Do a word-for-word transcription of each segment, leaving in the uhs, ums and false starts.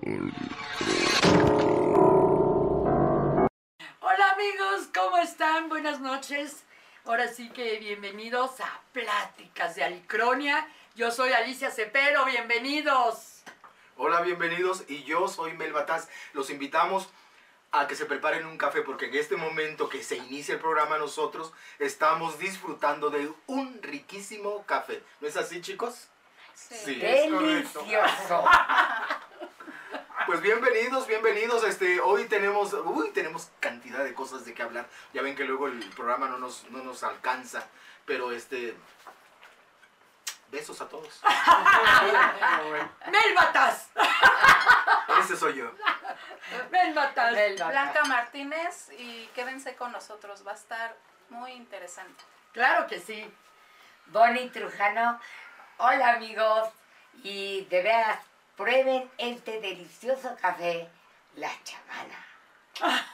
Hola amigos, ¿cómo están? Buenas noches. Ahora sí que bienvenidos a Pláticas de Alicronia. Yo soy Alicia Cepero, bienvenidos. Hola, bienvenidos, y yo soy Mel Bataz. Los invitamos a que se preparen un café porque en este momento que se inicia el programa nosotros estamos disfrutando de un riquísimo café. ¿No es así, chicos? Sí, Sí. Delicioso. Pues bienvenidos, bienvenidos. Este, hoy tenemos, uy, tenemos cantidad de cosas de qué hablar. Ya ven que luego el programa no nos, no nos alcanza, pero este, besos a todos. Mel Bataz. Ese soy yo. Mel Bataz. Mel Blanca Martínez, y quédense con nosotros, va a estar muy interesante. Claro que sí. Bonnie Trujano, hola amigos, y de veras, prueben este delicioso café, La Chamana.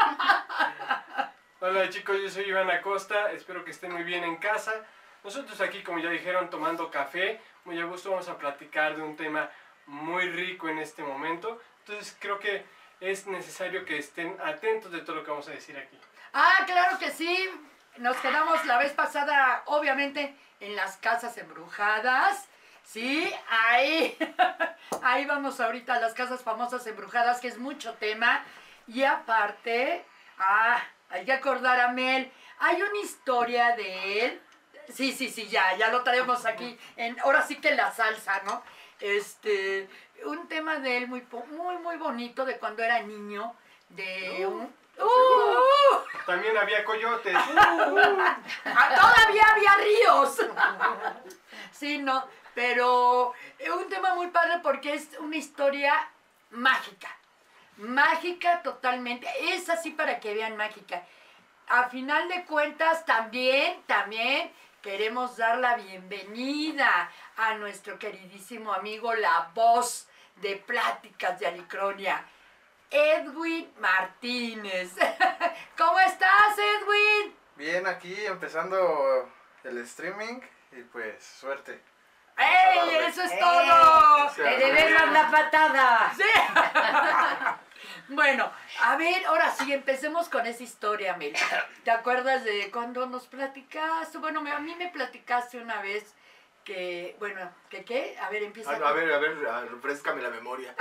Hola chicos, yo soy Iván Acosta, espero que estén muy bien en casa. Nosotros aquí, como ya dijeron, tomando café, muy a gusto vamos a platicar de un tema muy rico en este momento. Entonces creo que es necesario que estén atentos de todo lo que vamos a decir aquí. Ah, claro que sí. Nos quedamos la vez pasada, obviamente, en las casas embrujadas. Sí, ahí, ahí vamos ahorita a las casas famosas embrujadas, que es mucho tema. Y aparte, ah, hay que acordar a Mel, hay una historia de él. Sí, sí, sí, ya, ya lo traemos aquí, en, ahora sí que la salsa, ¿no? Este, un tema de él muy, po- muy, muy bonito, de cuando era niño, de un... ¡Uh! También había coyotes. Ah, todavía había ríos. Sí, no, pero es un tema muy padre porque es una historia mágica. Mágica totalmente. Es así para que vean mágica. A final de cuentas, también, también queremos dar la bienvenida a nuestro queridísimo amigo, la voz de Pláticas de Alicronia, Edwin Martínez. ¿Cómo estás, Edwin? Bien, aquí empezando el streaming y pues suerte. ¡Ey! ¡Eso es ¡Eh! todo! Sí. ¡Te debemos la patada! Sí. Bueno, a ver, ahora sí, empecemos con esa historia, Mel. ¿Te acuerdas de cuando nos platicaste? Bueno, me- a mí me platicaste una vez que, bueno, ¿que qué? A ver, empieza. Ah, no, a ver, a ver, ah, refréscame la memoria.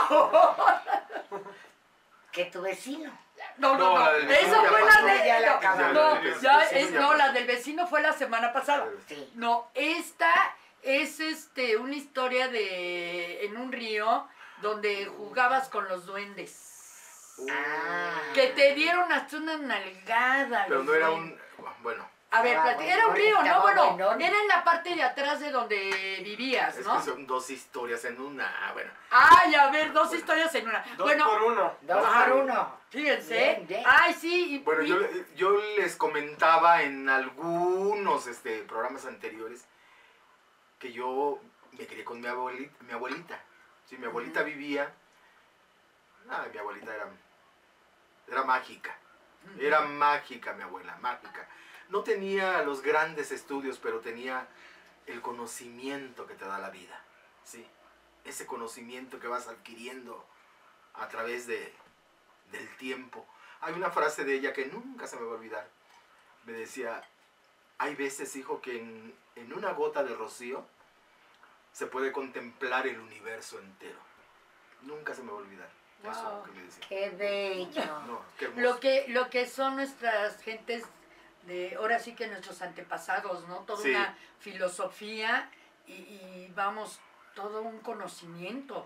Que tu vecino. No, no, No, no. la del vecino Esa ya fue la pasó. de. Ya la no, acabamos. no, Ya, la ya del vecino es, ya no, pasó. la del vecino fue la semana pasada. Sí. No, esta es este una historia de en un río donde jugabas con los duendes. Ah. Que te dieron hasta una nalgada. Pero los no era duendes. un, bueno, A ver, Ah, plati- bueno, era un río, ¿no? estaba Bueno, buenón. era en la parte de atrás de donde vivías, es ¿no? que son dos historias en una, bueno. Ay, a ver, dos Bueno. historias en una. Dos bueno, por uno. Dos Ajá. por uno. fíjense. Bien, bien. Ay, sí. Y, Bueno, y- yo, yo les comentaba en algunos este, programas anteriores que yo me crié con mi abuelita. Mi abuelita. Sí, mi abuelita vivía. Ah, mi abuelita era, era mágica. Era mágica mi abuela, mágica. No tenía los grandes estudios, pero tenía el conocimiento que te da la vida. Sí, ese conocimiento que vas adquiriendo a través de, del tiempo. Hay una frase de ella que nunca se me va a olvidar. Me decía, hay veces, hijo, que en, en una gota de rocío se puede contemplar el universo entero. Nunca se me va a olvidar eso Wow. que me decía. Qué bello. No, qué hermoso. lo que, lo que son nuestras gentes de, ahora sí que nuestros antepasados, ¿no? Toda Sí. una filosofía y, y vamos, todo un conocimiento.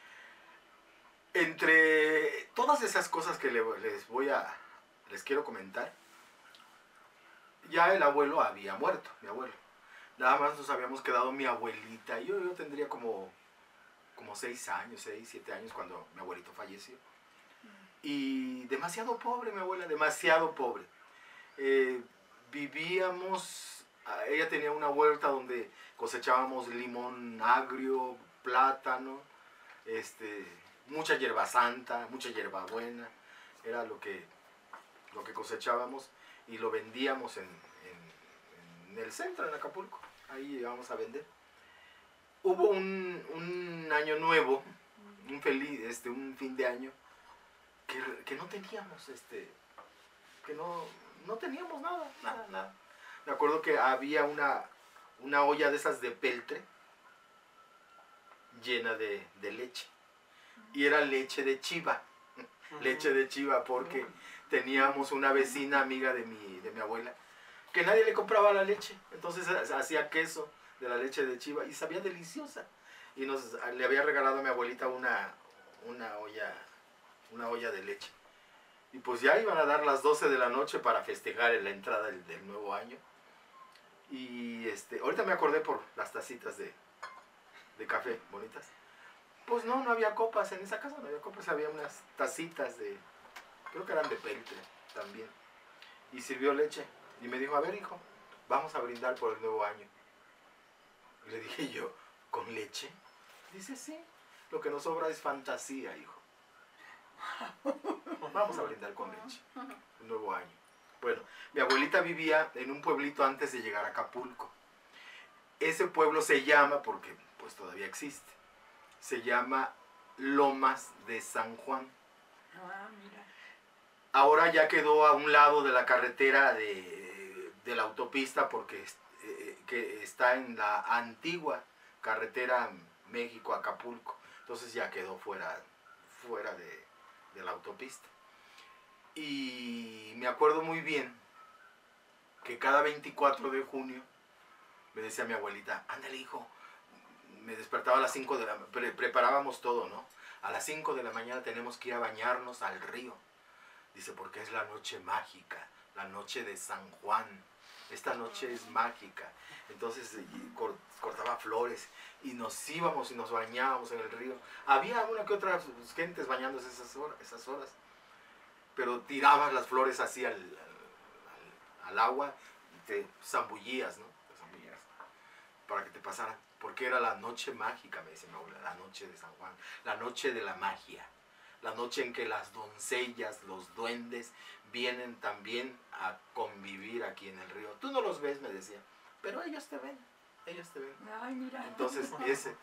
Entre todas esas cosas que le- les voy a, les quiero comentar, ya el abuelo había muerto, mi abuelo. Nada más nos habíamos quedado mi abuelita. Yo, yo tendría como, como seis años, seis, siete años cuando mi abuelito falleció. Y demasiado pobre mi abuela, demasiado pobre. Eh, vivíamos, ah, ella tenía una huerta donde cosechábamos limón agrio, plátano, este, mucha hierba santa, mucha hierba buena. Era lo que, lo que cosechábamos y lo vendíamos en, en, en el centro, en Acapulco. Ahí íbamos a vender. Hubo un, un año nuevo, un feliz, este, un fin de año que, que no teníamos, este, que no, no teníamos nada, nada, nada. Me acuerdo que había una, una olla de esas de peltre llena de, de leche. Y era leche de chiva, leche de chiva, porque teníamos una vecina amiga de mi, de mi abuela, que nadie le compraba la leche, entonces hacía queso de la leche de chiva y sabía deliciosa. Y nos, le había regalado a mi abuelita una, una, olla, una olla de leche. Y pues ya iban a dar las doce de la noche para festejar la entrada del, del nuevo año. Y este, ahorita me acordé por las tacitas de, de café bonitas. Pues no, no había copas en esa casa, no había copas, había unas tacitas de, creo que eran de peltre también. Y sirvió leche. Y me dijo, a ver hijo, vamos a brindar por el nuevo año. Y le dije yo, ¿con leche? Dice, sí, lo que nos sobra es fantasía, hijo. Vamos a brindar con leche, el nuevo año. Bueno, mi abuelita vivía en un pueblito antes de llegar a Acapulco. Ese pueblo se llama, porque pues todavía existe, se llama Lomas de San Juan. Ah, mira. Ahora ya quedó a un lado de la carretera de, de la autopista porque eh, que está en la antigua carretera México-Acapulco. Entonces ya quedó fuera, fuera de, de la autopista. Y me acuerdo muy bien que cada veinticuatro de junio me decía mi abuelita, ándale hijo, me despertaba a las cinco de la mañana, pre preparábamos todo, ¿no? A las cinco de la mañana tenemos que ir a bañarnos al río. Dice, porque es la noche mágica, la noche de San Juan. Esta noche es mágica. Entonces cort, cortaba flores y nos íbamos y nos bañábamos en el río. Había una que otra gentes bañándose esas horas, esas horas. Pero tirabas las flores así al, al, al, al agua y te zambullías, ¿no? Te zambullías para que te pasaran. Porque era la noche mágica, me dice mi abuela, la noche de San Juan, la noche de la magia. La noche en que las doncellas, los duendes, vienen también a convivir aquí en el río. Tú no los ves, me decía, pero ellos te ven, ellos te ven. Ay, mira. Entonces, ese,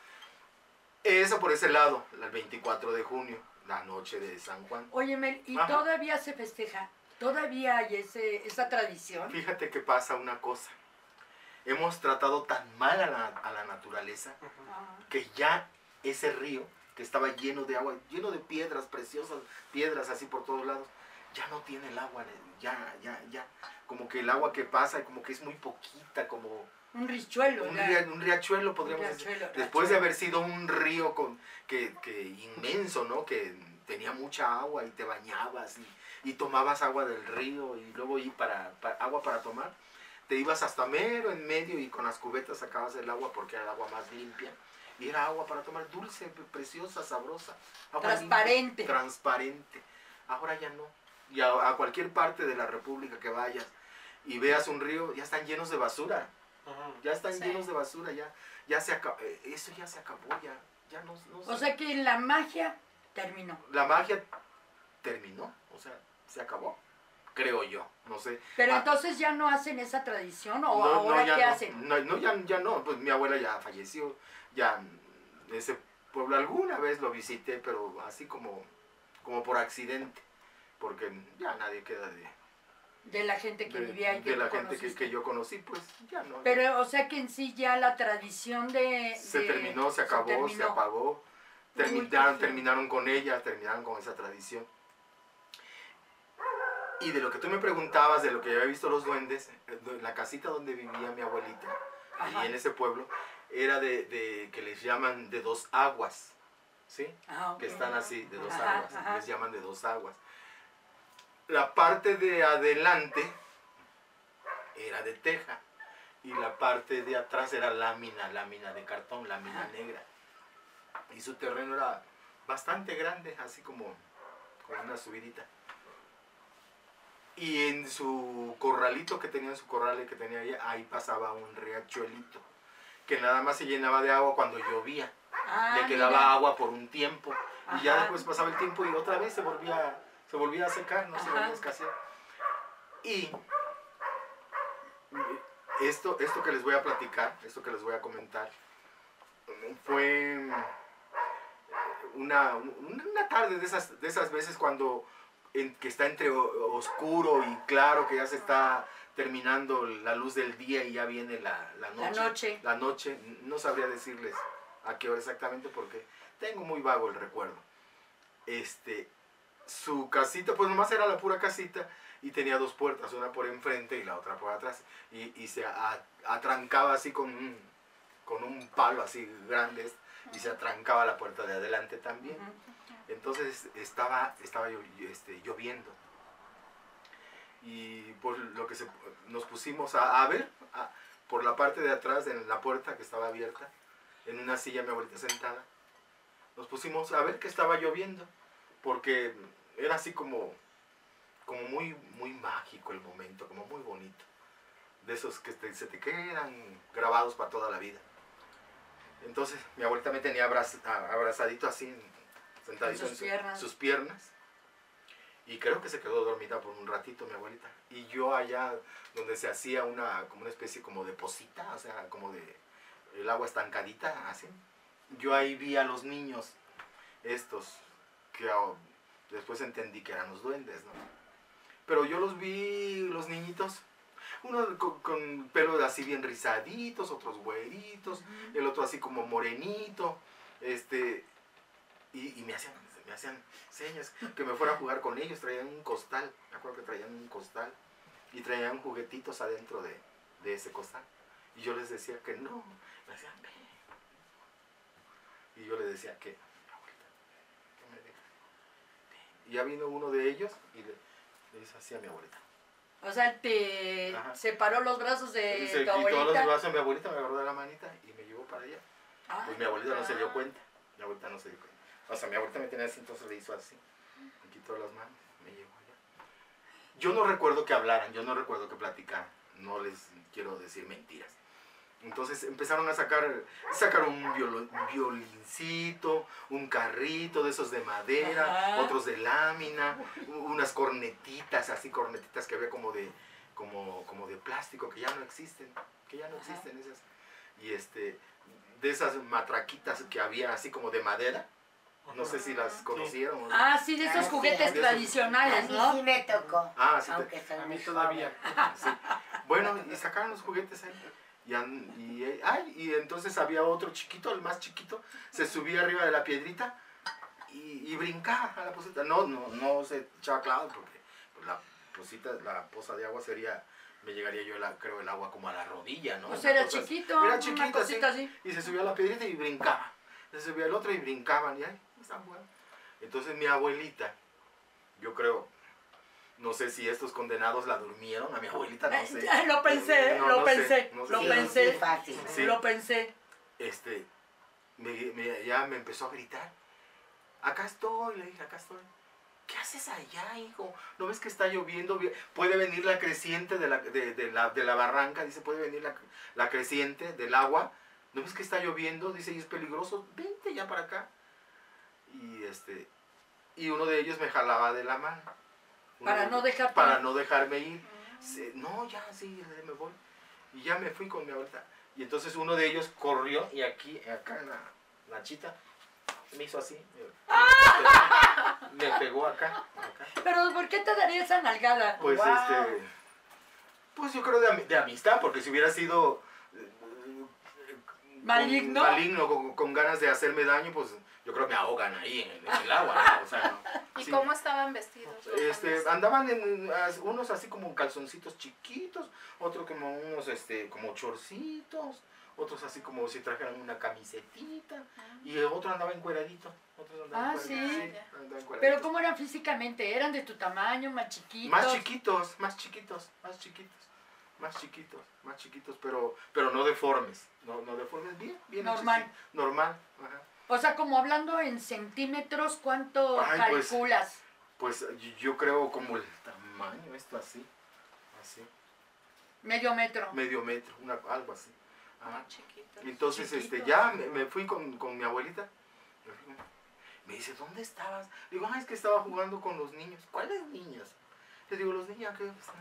eso por ese lado, el veinticuatro de junio, la noche de San Juan. Oye, Mel, ¿y Ajá. todavía se festeja? ¿Todavía hay ese, esa tradición? Fíjate que pasa una cosa. Hemos tratado tan mal a la, a la naturaleza Ah. que ya ese río, que estaba lleno de agua, lleno de piedras preciosas, piedras así por todos lados, ya no tiene el agua, ya, ya, ya, como que el agua que pasa, como que es muy poquita, como Un richuelo, un, ¿no? ria- un riachuelo, podríamos Un decir. riachuelo, Después de riachuelo. haber sido un río con, que, que inmenso, ¿no? Que tenía mucha agua y te bañabas y, y tomabas agua del río y luego y para, para agua para tomar, te ibas hasta mero en medio y con las cubetas sacabas el agua porque era el agua más limpia. Y era agua para tomar, dulce, preciosa, sabrosa. Agua Transparente. limpia, transparente. Ahora ya no. Y a, a cualquier parte de la república que vayas y veas un río, ya están llenos de basura. Ya están Sí. llenos de basura, ya, ya se acabó. Eso ya se acabó, ya, ya no, no O sé. sea que la magia terminó. La magia terminó, o sea, se acabó. Creo yo, no sé. Pero Ah, entonces ya no hacen esa tradición, o no, no, ahora ya qué no. hacen. No, no, ya, ya no, pues mi abuela ya falleció, ya ese pueblo alguna vez lo visité, pero así como, como por accidente, porque ya nadie queda de, De la gente que de, vivía ahí. de que la tú gente que, conociste. que yo conocí, pues ya no. Pero, o sea que en sí ya la tradición de... se de- terminó, se acabó, se, terminó. apagó, Uy, terminaron, qué feo. terminaron con ella, terminaron con esa tradición. Y de lo que tú me preguntabas, de lo que había visto los duendes, la casita donde vivía mi abuelita, Ajá. ahí en ese pueblo, era de, de que les llaman de dos aguas, ¿sí? Ah, ok. Que están así, de dos Ajá, aguas, ajá. les llaman de dos aguas. La parte de adelante era de teja y la parte de atrás era lámina, lámina de cartón, lámina Ajá. negra. Y su terreno era bastante grande, así como, como una subidita. Y en su corralito que tenía, en su corral que tenía ahí, ahí pasaba un riachuelito, que nada más se llenaba de agua cuando llovía. Ah, Le quedaba mira. agua por un tiempo y ya Ajá. después pasaba el tiempo y otra vez se volvía, se volvía a secar, no se Ajá. volvía a escasear. Y esto, esto que les voy a platicar, esto que les voy a comentar, fue una, una tarde de esas, de esas veces cuando en, que está entre o- oscuro y claro, que ya se está terminando la luz del día y ya viene la, la La noche. noche. La noche, no sabría decirles a qué hora exactamente porque tengo muy vago el recuerdo. Este, su casita, pues nomás era la pura casita y tenía dos puertas, una por enfrente y la otra por atrás. Y, y se a- atrancaba así con un, con un palo así grande y se atrancaba la puerta de adelante también. Entonces estaba, estaba llo- este, lloviendo. Y por lo que se, nos pusimos a, a ver, a- por la parte de atrás de la puerta que estaba abierta, en una silla mi abuelita sentada, nos pusimos a ver que estaba lloviendo, porque era así como, como muy, muy mágico el momento, como muy bonito, de esos que te- se te quedan grabados para toda la vida. Entonces mi abuelita me tenía abraz- a- abrazadito así, sentadito En sus en su- piernas. sus piernas, y creo que se quedó dormida por un ratito mi abuelita, y yo allá donde se hacía una, como una especie como de posita, o sea, como de el agua estancadita, así, yo ahí vi a los niños estos, que ah, después entendí que eran los duendes, ¿no? Pero yo los vi, los niñitos, uno con, con pelo así bien rizaditos, otros güeritos, el otro así como morenito, este, y, y me hacían, me hacían señas que me fuera a jugar con ellos, traían un costal, me acuerdo que traían un costal, y traían juguetitos adentro de, de ese costal, y yo les decía que no, me decían, ven, y yo les decía que, abuelita, que me dejes, ven. Y ya vino uno de ellos, y le, le hizo así a mi abuelita. O sea, te Ajá. separó los brazos de Y se tu quitó los abuelita. brazos a mi abuelita, me agarró de la manita y me llevó para allá. Ah, Pues mi abuelita no se dio cuenta. Mi abuelita no se dio cuenta. O sea, mi abuelita me tenía así, entonces le hizo así. Me quitó las manos, me llevó allá. Yo no recuerdo que hablaran, yo no recuerdo que platicaran. No les quiero decir mentiras. Entonces empezaron a sacar, sacaron un violo- violincito, un carrito de esos de madera, Ajá. otros de lámina, u- unas cornetitas, así cornetitas que había como de, como, como de plástico, que ya no existen, que ya no Ajá. existen esas. Y este, de esas matraquitas que había así como de madera, no sé si las conocieron. o no. Ah, sí, de esos Ah, sí, juguetes de esos- A tradicionales, mí ¿no? sí me tocó. Ah, sí te- Aunque soy A mí muy todavía. joven. Sí. Bueno, y sacaron los juguetes ahí. Y, an- y, eh, ay, y entonces había otro chiquito, el más chiquito, se subía arriba de la piedrita y, y brincaba a la posita. No, no, no se echaba clavos porque pues, la posita, la poza de agua sería, me llegaría yo, la, creo, el agua como a la rodilla, ¿no? O Una sea, era cosa así. chiquito, Era una chiquito, cosita así. así. Y se subía a la piedrita y brincaba. Se subía el otro y brincaban. Y ay, están jugando. Entonces mi abuelita, yo creo, no sé si estos condenados la durmieron, a mi abuelita no sé. Eh, Lo pensé, No, lo no sé, pensé, no sé lo si- Sí, pensé, sí, fácil. Sí. lo pensé. Este, me, me- ya me empezó a gritar. Acá estoy, le dije, acá estoy. ¿Qué haces allá, hijo? ¿No ves que está lloviendo? Vi- Puede venir la creciente de la, de, de la, de la barranca, dice, puede venir la, la creciente del agua. ¿No ves que está lloviendo? Dice, y es peligroso, vente ya para acá. Y este, y uno de ellos me jalaba de la mano. Uno Para de- no dejarte Para ir. no dejarme ir. Se- no, ya, sí, ya me voy. Y ya me fui con mi abuelita. Y entonces uno de ellos corrió y aquí, acá en la, la chita, me hizo así. Me, me pegó acá, acá. Pero ¿por qué te daría esa nalgada? Pues Wow. este, pues yo creo de, ami- de amistad, porque si hubiera sido eh, eh, Maligno. con, maligno, con, con ganas de hacerme daño, pues yo creo que me ahogan ahí en el, en el agua, ¿no? O sea, no. ¿Y Sí. cómo estaban vestidos? los Este, hombres? andaban en as- unos así como calzoncitos chiquitos, otros como unos este como chorcitos, otros así como si trajeran una camisetita y el otro andaba encueradito, otros andaban Ah, encueraditos, sí. andaba encueradito. Pero ¿cómo eran físicamente? ¿Eran de tu tamaño, más chiquitos? Más chiquitos, más chiquitos, más chiquitos, más chiquitos, más chiquitos, pero pero no deformes, no, no deformes, bien, bien Normal. hechos, sí, normal, ajá. O sea, como hablando en centímetros, ¿cuánto Ay, pues, calculas? Pues yo- yo creo como el tamaño, esto así, así, Medio metro. medio metro, una, algo así. Ajá. Muy chiquitos. Entonces, Chiquitos. este, ya me, me fui con, con mi abuelita. Me fui con- Me dice, ¿dónde estabas? Le digo, ah, es que estaba jugando con los niños. ¿Cuáles niños? Le digo, los niños que están.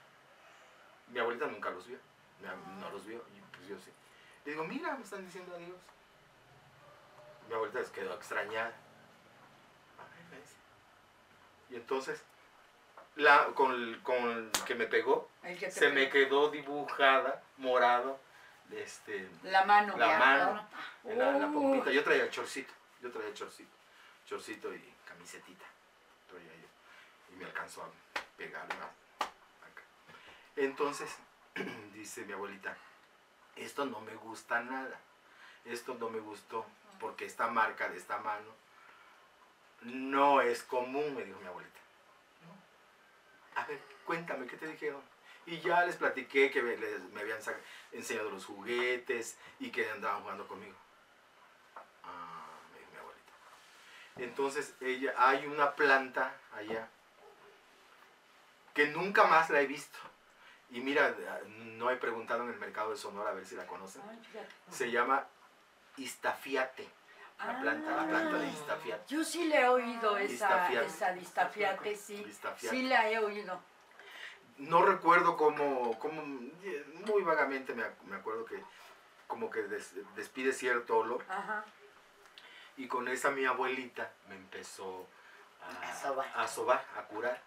Mi abuelita nunca los vio. Mi ab- No los vio, y pues yo sí. Le digo, mira, me están diciendo adiós. Mi abuelita se quedó extrañada. ¿ves? Y entonces, la, con, el- con el que me pegó, El que te se me pegó. quedó dibujada, morado, este, La mano. la Ya, mano, no. en la, en la Uh. pompita. Yo traía chorcito, yo traía chorcito, chorcito y camisetita, traía yo. Y me alcanzó a pegar más acá. Entonces, dice mi abuelita, esto no me gusta nada, esto no me gustó, porque esta marca de esta mano no es común, me dijo mi abuelita. No. A ver, cuéntame, ¿qué te dijeron? Y ya les platiqué que me, les- me habían sac- enseñado los juguetes y que andaban jugando conmigo. Ah, me dijo mi abuelita. Entonces, ella, hay una planta allá que nunca más la he visto. Y mira, no he preguntado en el mercado de Sonora a ver si la conocen. Ay, fíjate. Se llama Iztafiate. La planta, la planta de Iztafiate. Yo sí le he oído esa, Distafiate. esa distafiate, sí. Distafiate. Sí la he oído. No recuerdo cómo, cómo muy vagamente me, ac- me acuerdo que como que des- despide cierto olor. Ajá. Y con esa mi abuelita me empezó a, A sobar. a sobar, a curar.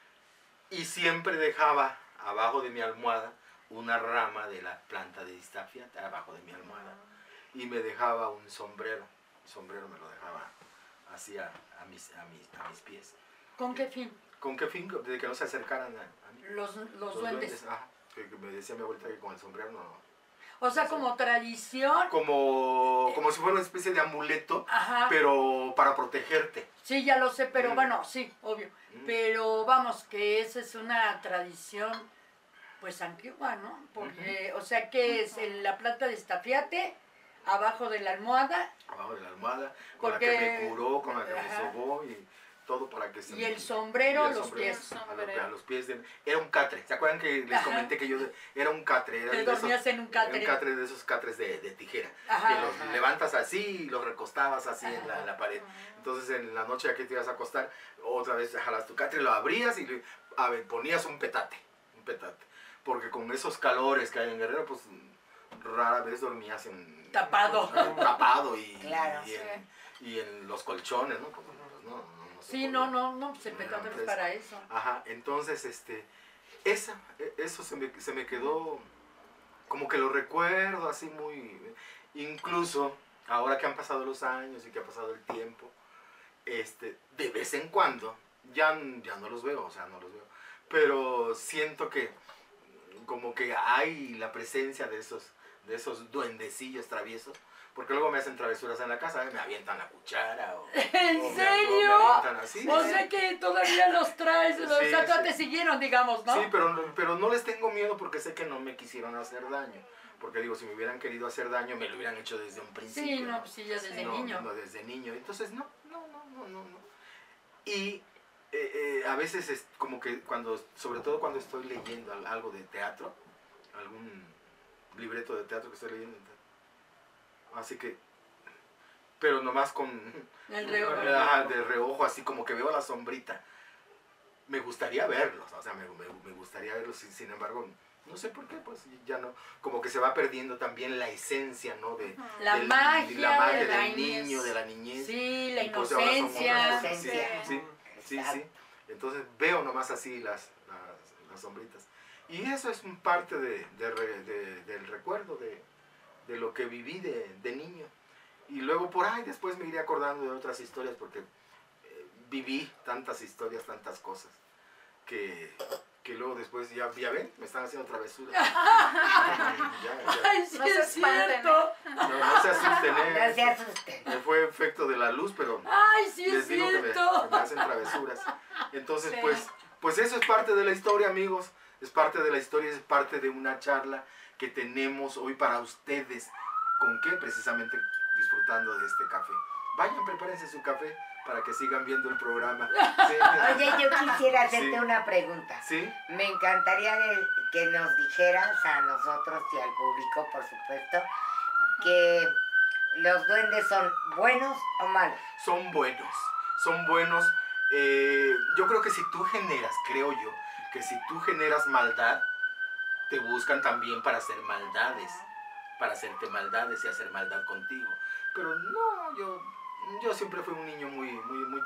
Y siempre dejaba abajo de mi almohada una rama de la planta de Iztafiate, abajo de mi almohada. Y me dejaba un sombrero. El sombrero me lo dejaba así a, a mis, a, mis, a mis pies. ¿Con qué fin? ¿Con qué fin? De que no se acercaran a, a mí. Los, los, duendes. Ajá, que, que me decía mi abuelita que con el sombrero no. O sea, como tradición. Como, como si fuera una especie de amuleto, Ajá. pero para protegerte. Sí, ya lo sé, pero Mm. bueno, sí, obvio. Mm. Pero vamos, que esa es una tradición, pues antigua, ¿no? Porque, o sea, que es en la planta de estafiate, abajo de la almohada, Abajo de la almohada, con Porque- la que me curó, con la que Ajá. me sobó y todo para que se y me- el sombrero, y el los sombrero, pies. a los, a los pies de... Era un catre. ¿Se acuerdan que les Ajá. comenté que yo de- era un catre? Era Te de esos- dormías en un catre. Un catre de esos catres de, de tijera. Ajá. Que los Ajá. levantas así y los recostabas así en la, Ajá. en la pared. Entonces en la noche ya que te ibas a acostar, otra vez jalas tu catre, lo abrías y le, a ver, ponías un petate. Un petate. Porque con esos calores que hay en Guerrero, pues rara vez dormías en... Tapado. Tapado y, Claro. y, en, y en los colchones, ¿no? Pues, pues, no, no, no se Sí, podía. no, no, no, pues el petate es Entonces, para eso. Ajá, entonces, este, esa, e- eso se me, se me quedó, como que lo recuerdo así muy, incluso ahora que han pasado los años y que ha pasado el tiempo, este, de vez en cuando, ya, ya no los veo, o sea, no los veo, pero siento que como que hay la presencia de esos, de esos duendecillos traviesos, porque luego me hacen travesuras en la casa, me avientan la cuchara o... ¿En o me- serio? o me avientan así. O sea que todavía los traes, o Sí, sea, todavía sí. te siguieron, digamos, ¿no? Sí, pero, no- pero no les tengo miedo porque sé que no me quisieron hacer daño. Porque digo, si me hubieran querido hacer daño, me lo hubieran hecho desde un principio. Sí, no, pues sí, ya desde No, niño. no, desde niño. Entonces, no, no, no, no, no. no. Y eh, eh, a veces es como que cuando, sobre todo cuando estoy leyendo al- algo de teatro, algún libreto de teatro que estoy leyendo. Así que, pero nomás con... El reojo. Ajá, de reojo, así como que veo la sombrita. Me gustaría verlos, o sea, me, me- me gustaría verlos, sin, sin embargo, no sé por qué, pues ya no, como que se va perdiendo también la esencia, ¿no? De, La del- magia la magia de del la niño, niñez. de la niñez. Sí, la Y pues ahora son inocencia. otras cosas, sí, Inocencia. sí, sí, sí. Entonces veo nomás así las, las, las sombritas. Y eso es un parte de, de re- de- del recuerdo de, de lo que viví de, de niño. Y luego por ahí después me iré acordando de otras historias porque eh, viví tantas historias, tantas cosas, que, que luego después ya, ya ven, me están haciendo travesuras. Ya, ya. Ay, sí No se es espanten, cierto. No, no se asusten, ¿eh? No se asusten. Eh, Fue efecto de la luz, pero Ay, sí es les digo que me, cierto. que me hacen travesuras. Entonces, Sí. pues, pues eso es parte de la historia, amigos. Es parte de la historia, es parte de una charla que tenemos hoy para ustedes. ¿Con qué? Precisamente disfrutando de este café. Vayan, prepárense su café para que sigan viendo el programa. Sí, Oye, yo quisiera hacerte Sí. una pregunta. ¿Sí? Me encantaría de- que nos dijeras a nosotros y al público, por supuesto, que los duendes son buenos o malos. Son buenos, son buenos. Eh, yo creo que si tú generas, creo yo, que si tú generas maldad, te buscan también para hacer maldades, para hacerte maldades y hacer maldad contigo. Pero no, yo, yo siempre fui un niño muy, muy, muy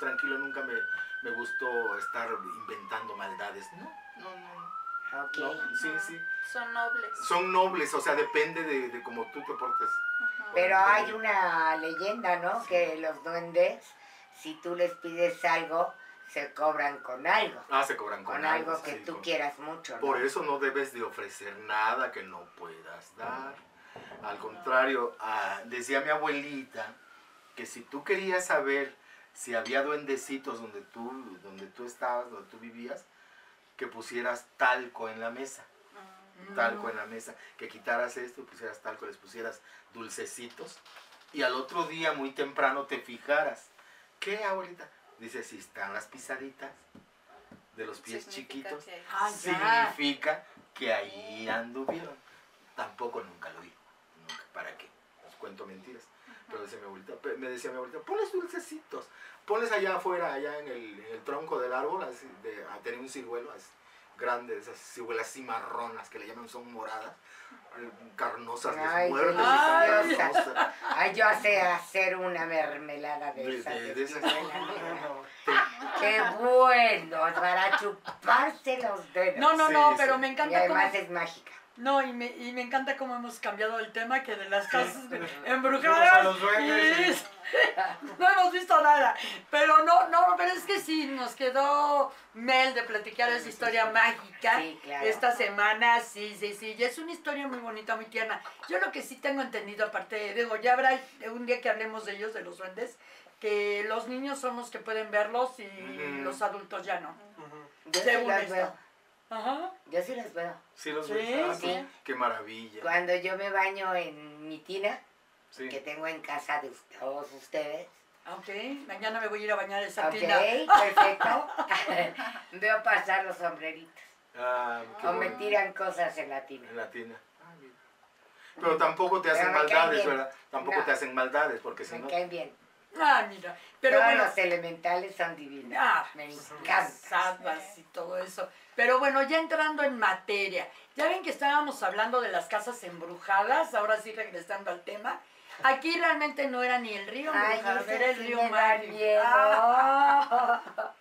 tranquilo, nunca me, me gustó estar inventando maldades. No, no, no. Ok. no sí, sí. Son nobles. Son nobles, o sea, depende de, de cómo tú te portes. Ujú. Pero hay una leyenda, ¿no? Que los duendes, si tú les pides algo, se cobran con algo. Ah, se cobran con, Con algo que sí, tú con- quieras mucho, ¿no? Por eso no debes de ofrecer nada que no puedas dar. Al contrario, ah, decía mi abuelita que si tú querías saber si había duendecitos donde tú, donde tú estabas, donde tú vivías, que pusieras talco en la mesa. Talco en la mesa, que quitaras esto, pusieras talco, les pusieras dulcecitos y al otro día muy temprano te fijaras. ¿Qué, abuelita? Dice, si están las pisaditas de los pies Significa chiquitos, que hay- Ah, ya. significa que ahí anduvieron. Tampoco nunca lo vi. Nunca. ¿Para qué? Os cuento mentiras. Pero decía mi abuelita, pe- me decía mi abuelita, ponles dulcecitos. Ponles allá afuera, allá en el, en el tronco del árbol, así, de, a tener un ciruelo así, grande, esas ciruelas cimarronas que le llaman, son moradas, eh, carnosas, les Ay, muerdes y ay. son carnosas. Ay, yo sé hacer una mermelada de De- esas. de- de de esas. ciruela negra. ¡Qué bueno! Para chuparse los dedos. No, no, Sí, no, sí. pero me Y encanta cómo... además es mágica. No, y me, y me encanta cómo hemos cambiado el tema, que de las casas Fuimos embrujadas a los duendes y- no hemos visto nada. Pero no, no, pero es que sí, nos quedó Mel de platicar esa historia mágica Sí, claro. esta semana, sí, sí, sí, y es una historia muy bonita, muy tierna. Yo lo que sí tengo entendido, aparte, digo, ya habrá un día que hablemos de ellos, de los duendes, que los niños son los que pueden verlos y Ujú. los adultos ya no. Ujú. Yo sí Según las esto. veo. Ajá. Yo sí las veo. Sí, los Sí, ves. Ah, sí. pues, qué maravilla. Cuando yo me baño en mi tina, Sí. que tengo en casa de todos ustedes. Ok, mañana me voy a ir a bañar esa Ok, tina. perfecto. Veo pasar los sombreritos. Ah, qué O me bueno. tiran cosas en la tina. En la tina. Ah, mira. Pero tampoco te hacen Pero me caen maldades, bien. ¿verdad? Tampoco No. te hacen maldades, porque si Me no... caen bien. Ah, mira, pero Todos bueno, los elementales son divinos. ah, Me las encanta. hadas y todo eso. Pero bueno, ya entrando en materia, ya ven que estábamos hablando de las casas embrujadas, ahora sí regresando al tema. Aquí realmente no era ni el río Ay, embrujado, ese era el sí río me da mágico. miedo. Ah.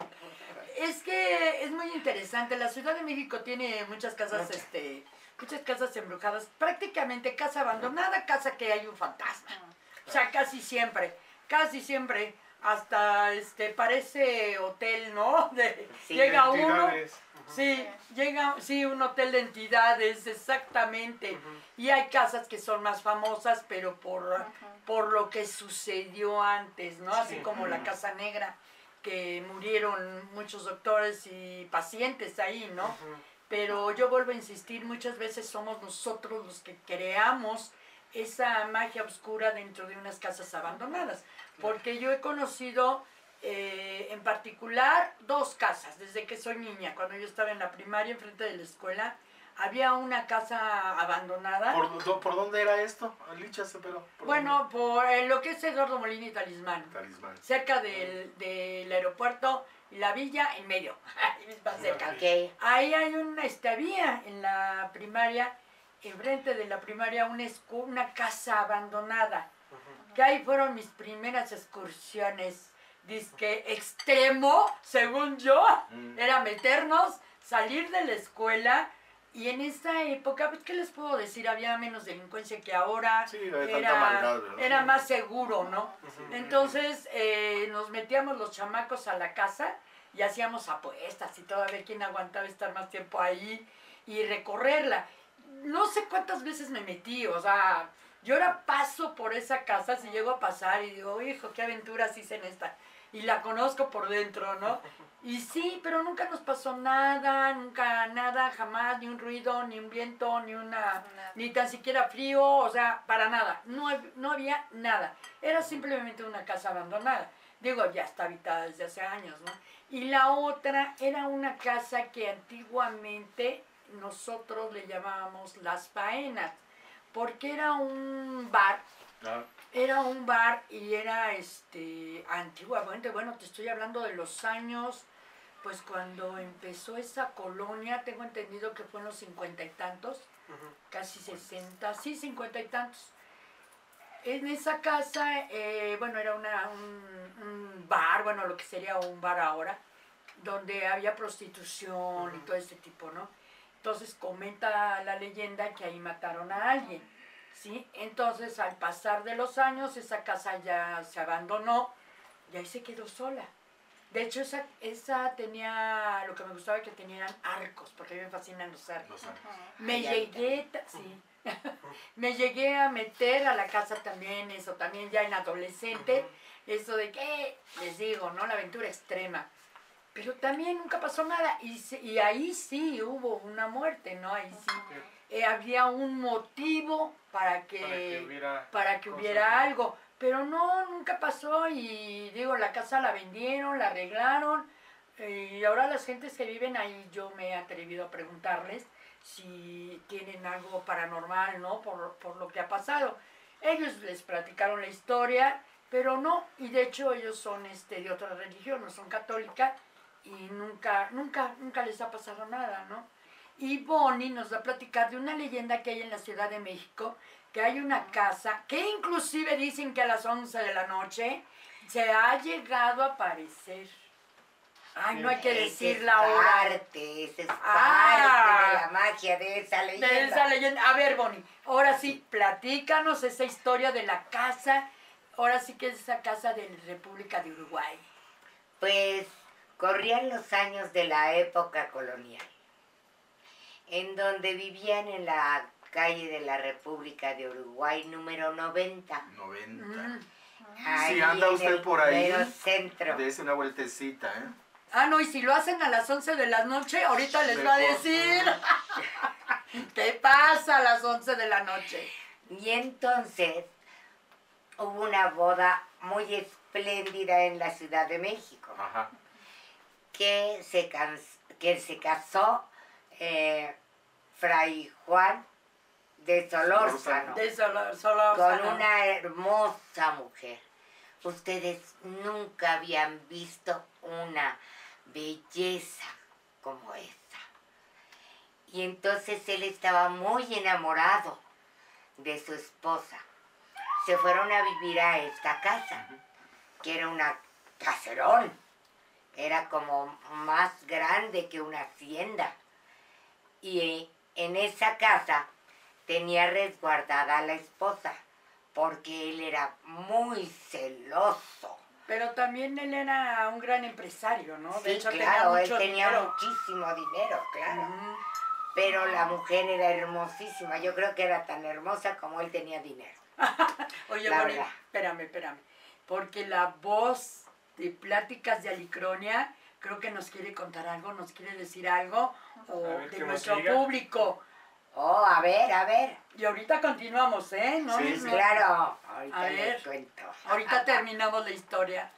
Es que es muy interesante. La Ciudad de México tiene muchas casas, Muchas. este, muchas casas embrujadas, prácticamente casa abandonada, casa que hay un fantasma. O sea, casi siempre, casi siempre, hasta este parece hotel, ¿no? De- Sí, llega uno, Entidades. Ujú. sí, llega, sí, un hotel de entidades, exactamente. Ujú. Y hay casas que son más famosas, pero por, por lo que sucedió antes, ¿no? Así Sí. como la Casa Negra, que murieron muchos doctores y pacientes ahí, ¿no? Ujú. Pero yo vuelvo a insistir, muchas veces somos nosotros los que creamos esa magia oscura dentro de unas casas abandonadas. Porque yo he conocido eh, en particular dos casas desde que soy niña. Cuando yo estaba en la primaria, enfrente de la escuela, había una casa abandonada. ¿Por, do- ¿por dónde era esto? Líchase, pero... ¿por Bueno, por eh, lo que es Eduardo Molina y Talismán. dónde? Talismán. Cerca del, del aeropuerto y la villa en medio. Ahí más cerca. Ok. Ahí hay una, este, había en la primaria, enfrente de la primaria, una, escu- una casa abandonada. Que ahí fueron mis primeras excursiones. Disque extremo, según yo, Mm. era meternos, salir de la escuela. Y en esa época, pues, ¿qué les puedo decir? Había menos delincuencia que ahora. Sí, no había era, tanta maldad, ¿verdad? era más seguro, ¿no? Ujú. Entonces eh, nos metíamos los chamacos a la casa y hacíamos apuestas y todo, a ver quién aguantaba estar más tiempo ahí y recorrerla. No sé cuántas veces me metí, o sea, yo ahora paso por esa casa, si llego a pasar y digo, hijo, qué aventuras hice en esta. Y la conozco por dentro, ¿no? Y sí, pero nunca nos pasó nada, nunca nada, jamás, ni un ruido, ni un viento, ni una... Nada. ni tan siquiera frío, o sea, para nada, no, hab- no había nada, era simplemente una casa abandonada, digo, ya está habitada desde hace años, ¿no? Y la otra era una casa que antiguamente nosotros le llamábamos Las Faenas, porque era un bar, Ah, era un bar y era, este, antiguamente, bueno, te estoy hablando de los años, pues cuando empezó esa colonia, tengo entendido que fue en los cincuenta y tantos, Ujú. casi sesenta, sí, cincuenta y tantos. en esa casa, eh, bueno, era una, un, un bar, bueno, lo que sería un bar ahora, donde había prostitución y todo ese tipo, ¿no? Entonces comenta la leyenda que ahí mataron a alguien, ¿sí? Entonces al pasar de los años esa casa ya se abandonó y ahí se quedó sola. De hecho esa, esa tenía, lo que me gustaba que tenían arcos, porque a mí me fascinan los arcos. Los arcos. Me Ay, ay, llegué, ta- sí, me llegué a meter a la casa también, eso también ya en adolescente, eso de que, les digo, ¿no? La aventura extrema. Pero también nunca pasó nada y, se- y ahí sí hubo una muerte, ¿no? Ahí sí eh, había un motivo para que, Para que hubiera para que cosas, hubiera ¿no? algo. Pero no, nunca pasó y digo, la casa la vendieron, la arreglaron y ahora las gentes que viven ahí yo me he atrevido a preguntarles si tienen algo paranormal, ¿no? Por, por lo que ha pasado. Ellos les platicaron la historia, pero no, y de hecho ellos son este, de otra religión, no son católicas y nunca, nunca, nunca les ha pasado nada, ¿no? Y Bonnie nos va a platicar de una leyenda que hay en la Ciudad de México, que hay una casa, que inclusive dicen que a las once de la noche se ha llegado a aparecer. Ay, no hay que decir la hora. Parte, esa es parte Ah. de la magia de esa leyenda. De esa leyenda. A ver, Bonnie, ahora sí, platícanos esa historia de la casa. Ahora sí que es esa casa de la República de Uruguay. Pues corrían los años de la época colonial, en donde vivían en la calle de la República de Uruguay número noventa. noventa. Mm. Ahí Si anda en usted el por ahí, mero centro. Dese una vueltecita, ¿eh? Ah, no, y si lo hacen a las once de la noche, ahorita les va a Mejor. decir. ¿Qué pasa a las once de la noche? Y entonces hubo una boda muy espléndida en la Ciudad de México, Ajá. que se, cans- que se casó eh, Fray Juan de Solórzano De solo, solo con una hermosa mujer. Ustedes nunca habían visto una belleza como esa. Y entonces él estaba muy enamorado de su esposa. Se fueron a vivir a esta casa, que era una caserón. Era como más grande que una hacienda. Y en esa casa tenía resguardada a la esposa, porque él era muy celoso. Pero también él era un gran empresario, ¿no? Sí, hecho, claro, tenía él mucho tenía dinero. muchísimo dinero, claro. Ujú. Pero la mujer era hermosísima. Yo creo que era tan hermosa como él tenía dinero. Oye, La Bonnie, verdad. espérame, espérame. Porque la voz de Pláticas de Alicronia creo que nos quiere contar algo, nos quiere decir algo, o A ver, de que nos nuestro diga. público. Oh, a ver, a ver. Y ahorita continuamos, ¿eh? ¿No? Sí, Sí, No- claro. Ahorita A les ver. cuento. Ahorita terminamos la historia.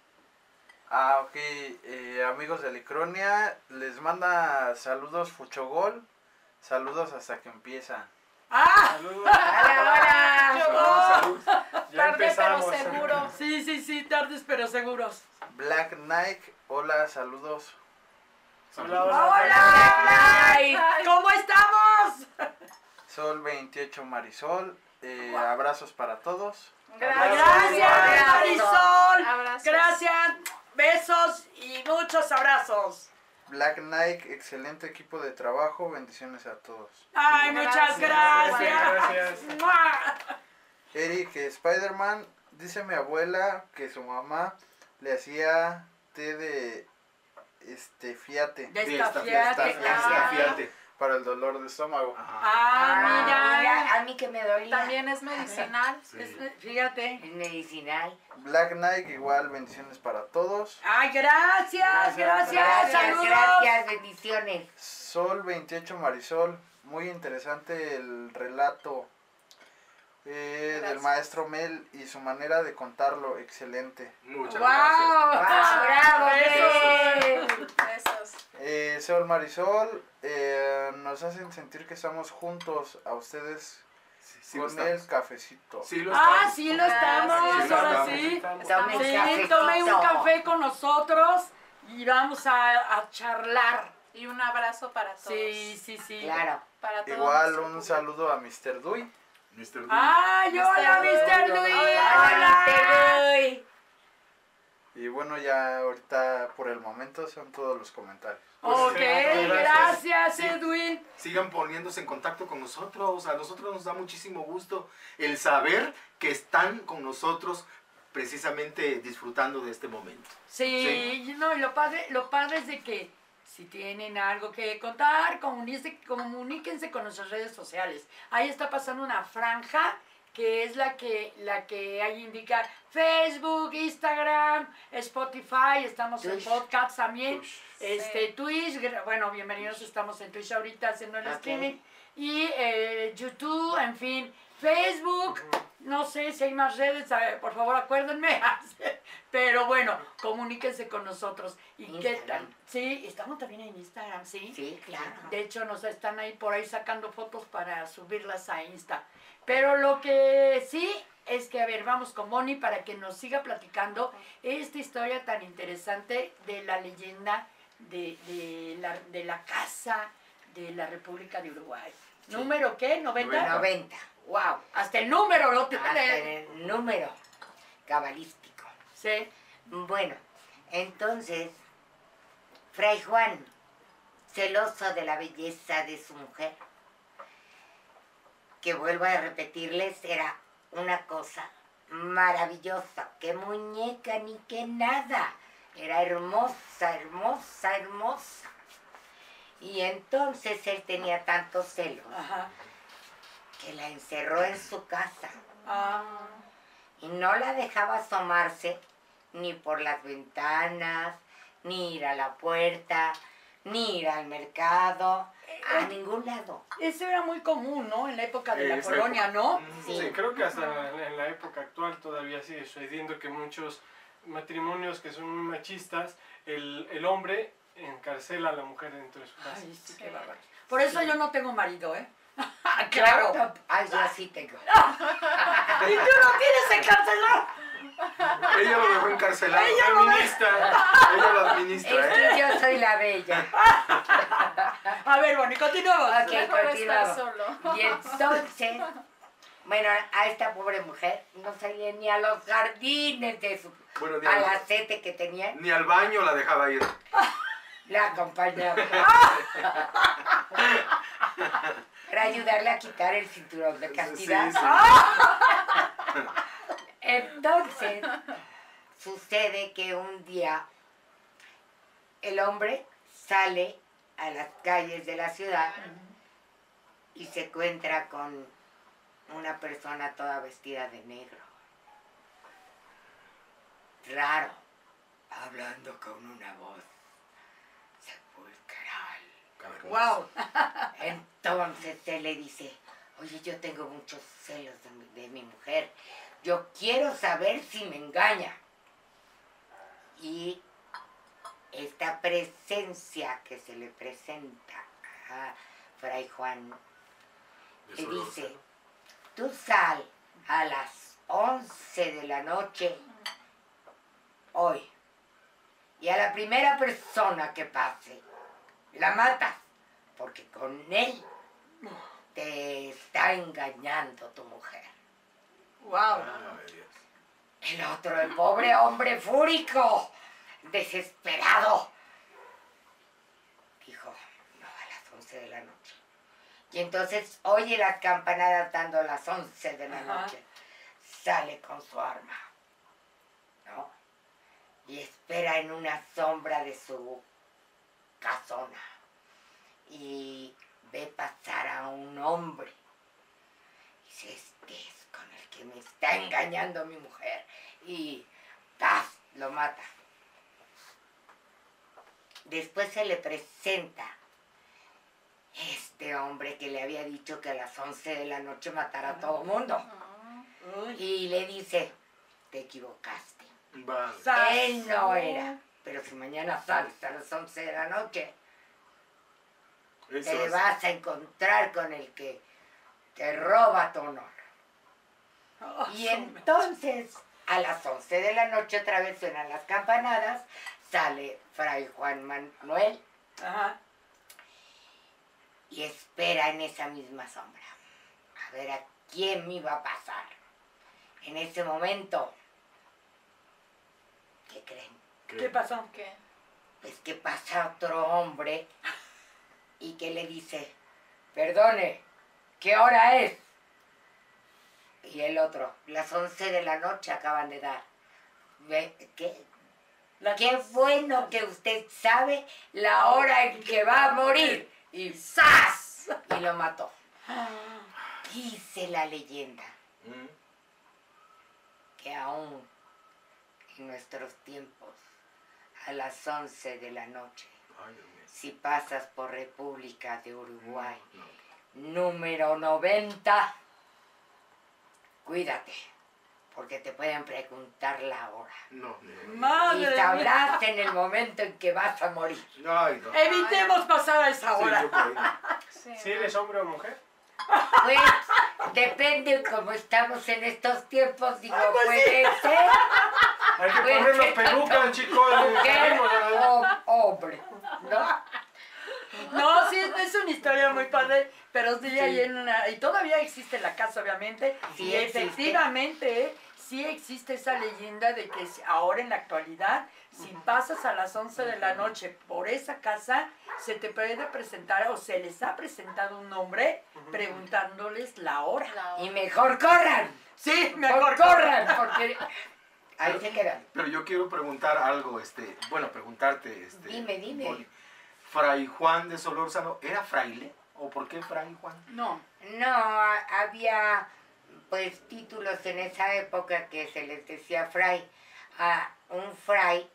Ah, ok. Eh, amigos de Alicronia, les manda saludos Fuchogol. Saludos hasta que empieza. ¡Ah! Saludos. ¡Hola, hola! Salud. Ya Tarde empezamos. pero seguro. Sí, sí, sí, tardes pero seguros. Black Nike, hola, saludos. Hola, ¡Hola! hola. Ay, ¿cómo estamos? Sol veintiocho Marisol, eh, abrazos para todos. Gracias, Abrazo. Marisol. Abrazos. Gracias. Besos y muchos abrazos. Black Nike, excelente equipo de trabajo, bendiciones a todos. Ay, muchas Gracias. gracias. Gracias. ¡Mua! Eric Spider-Man, dice mi abuela que su mamá le hacía té de este fiate De Sí, esta está fiesta. fiesta, Ah, fiesta, fíjate. para el dolor de estómago. Ajá. Ah, mira. mira, a mí que me dolía. También es medicinal. Sí. Es- Fíjate. Es medicinal. Black Nike, igual, bendiciones para todos. Ay, gracias, gracias. Gracias, Saludos. gracias, bendiciones. Sol veintiocho Marisol, muy interesante el relato eh, del Gracias. maestro Mel y su manera de contarlo, excelente. Muchas ¡Wow! gracias. ¡Wow, bravo, Besos. Mel! Esos. Eh, Sol Marisol, eh, nos hacen sentir que estamos juntos a ustedes Sí, sí lo con el estamos. cafecito. Sí lo Ah, estamos. sí lo estamos, Sí lo ahora estamos. sí. Tome un Sí, cafecito. tome un café con nosotros y vamos a, a charlar. Y un abrazo para todos. Sí, sí, sí. Claro. Para todo Igual nuestro un público. saludo a mister Dui. mister Dui. ¡Ah, yo la mister Dui! Hola, ¡Hola! Dui. Y bueno, ya ahorita por el momento son todos los comentarios. Ok, Pues, gracias, Sí. Edwin. Sigan poniéndose en contacto con nosotros. A nosotros nos da muchísimo gusto el saber que están con nosotros precisamente disfrutando de este momento. Sí, no, y lo padre, lo padre es de que si tienen algo que contar, comuníquense, comuníquense con nuestras redes sociales. Ahí está pasando una franja que es la que, la que ahí indica Facebook, Instagram, Spotify, estamos en Twitch. podcast también, Twitch. este, Twitch, gra- bueno, bienvenidos, estamos en Twitch ahorita haciendo el Ok. streaming, y eh, YouTube, en fin, Facebook, no sé si hay más redes, a ver, por favor acuérdenme, pero bueno, comuníquense con nosotros. ¿Y qué tal? Instagram. Sí, estamos también en Instagram, ¿sí? Sí, claro. De hecho, nos están ahí por ahí sacando fotos para subirlas a Insta. Pero lo que sí es que, a ver, vamos con Moni para que nos siga platicando esta historia tan interesante de la leyenda de, de, la, de la Casa de la República de Uruguay. Sí. ¿Número qué? ¿noventa? noventa. ¡Wow! Hasta el número lo Hasta tiene. el número cabalístico. Sí. Bueno, entonces, Fray Juan, celoso de la belleza de su mujer, que vuelvo a repetirles, era una cosa maravillosa, que muñeca ni que nada, era hermosa, hermosa, hermosa. Y entonces él tenía tantos celos Ajá. que la encerró en su casa Ah. y no la dejaba asomarse ni por las ventanas, ni ir a la puerta, ni ir al mercado, a ningún lado. Eso era muy común, ¿no? En la época de la Esa colonia, época. ¿no? Sí. Sí, creo que hasta en la época actual todavía sigue sucediendo que muchos matrimonios que son muy machistas, el, el hombre encarcela a la mujer dentro de su casa. Ay, sí, qué Sí. bárbaro. Por eso yo no tengo marido, ¿eh? Claro. Ay, yo sí tengo. Y tú no tienes encarcelado. Ella lo dejó encarcelado. Ella lo Feminista. Ella lo administra, Es ¿eh? que yo soy la bella. A ver, Bonnie, continuamos. Ok, Mejor estar continuamos. solo. Y entonces, bueno, a esta pobre mujer no salía ni a los jardines de su Bueno, ni al al, acete que tenía, ni al baño la dejaba ir. la acompañaba. Para ayudarle a quitar el cinturón de castidad. Sí, sí. Entonces, sucede que un día el hombre sale a las calles de la ciudad y se encuentra con una persona toda vestida de negro. Raro, hablando con una voz sepulcral. Wow. Entonces él le dice, oye, yo tengo muchos celos de mi, de mi mujer, yo quiero saber si me engaña. Y esta presencia que se le presenta a Fray Juan le dice, tú sal a las once de la noche hoy y a la primera persona que pase la matas, porque con él te está engañando tu mujer. Wow. Ay, Dios. El otro, el pobre hombre fúrico, desesperado, dijo, no, a las once de la noche. Y entonces oye las campanadas dando las once de la Ajá. noche. Sale con su arma, ¿no? Y espera en una sombra de su casona. Y ve pasar a un hombre. Y dice, este es con el que me está engañando mi mujer. Y ¡tas! Lo mata. Después se le presenta este hombre que le había dicho que a las once de la noche matara a todo mundo. Ah, Y le dice, te equivocaste. Vale. Él no era. Pero si mañana sales a las once de la noche, Eso te es. vas a encontrar con el que te roba tu honor. Y entonces, a las once de la noche, otra vez suenan las campanadas, sale Fray Juan Manuel Ajá. y espera en esa misma sombra. A ver a ¿quién me iba a pasar? En ese momento, ¿qué creen? ¿Qué pasó? ¿Qué? Pues que pasa otro hombre y que le dice, perdone, ¿qué hora es? Y el otro, las once de la noche acaban de dar. Ve- ¿Qué? La Qué bueno que usted sabe la hora en que va a morir. Y ¡zas! Y lo mató. Dice la leyenda Mm. que aún en nuestros tiempos, a las once de la noche, Ay, Dios mío. si pasas por República de Uruguay, No. número noventa, cuídate, porque te pueden preguntar la hora. No, no. Madre Y mía. sabrás en el momento en que vas a morir. Ay, no. Evitemos pasar a esa Sí, hora. yo por ahí no. Sí, ¿Si eres hombre o mujer? Pues depende cómo estamos en estos tiempos, digo, pues puede ser Hay que Pues, ponernos ¿qué pelucas, tanto? chicos. mujer o hombre, ¿no? No, sí, es una historia muy padre, pero sí, hay en una, y todavía existe la casa, obviamente, Sí y existe. efectivamente sí existe esa leyenda de que si- ahora en la actualidad, si pasas a las once de la noche por esa casa, se te puede presentar o se les ha presentado un hombre preguntándoles la hora. la hora. Y mejor corran, Sí, mejor corran, porque ahí se quedan. Pero yo quiero preguntar algo, este, bueno, preguntarte, este. Dime, dime. Bonnie. Fray Juan de Solórzano, ¿era fraile? ¿O por qué Fray Juan? No, No, a- había pues títulos en esa época que se les decía fray. Ah, un fray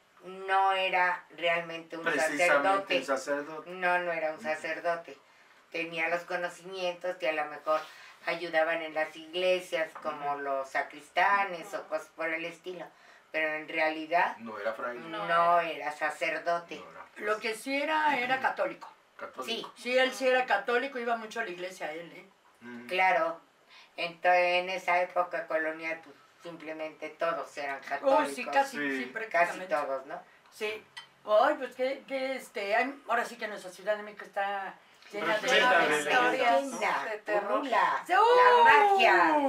no era realmente un Precisamente sacerdote. el sacerdote. No, no era un sacerdote. Tenía los conocimientos que a lo mejor ayudaban en las iglesias como los sacristanes o cosas por el estilo. Pero en realidad No era fraile. no, No era sacerdote. No era, pues, lo que sí era, era católico. católico. Sí, Sí, él sí era católico, iba mucho a la iglesia él, ¿eh? Mm. claro. Entonces en esa época colonial pues simplemente todos eran católicos. Uy, sí, casi, Sí. sí, Casi prácticamente. todos, ¿no? Sí. Ay, pues que, que este, hay- ahora sí que nuestra Ciudad de México está llena de... Repleta de de historias Leyenda, de terror. Urula, ¡Uh! la magia.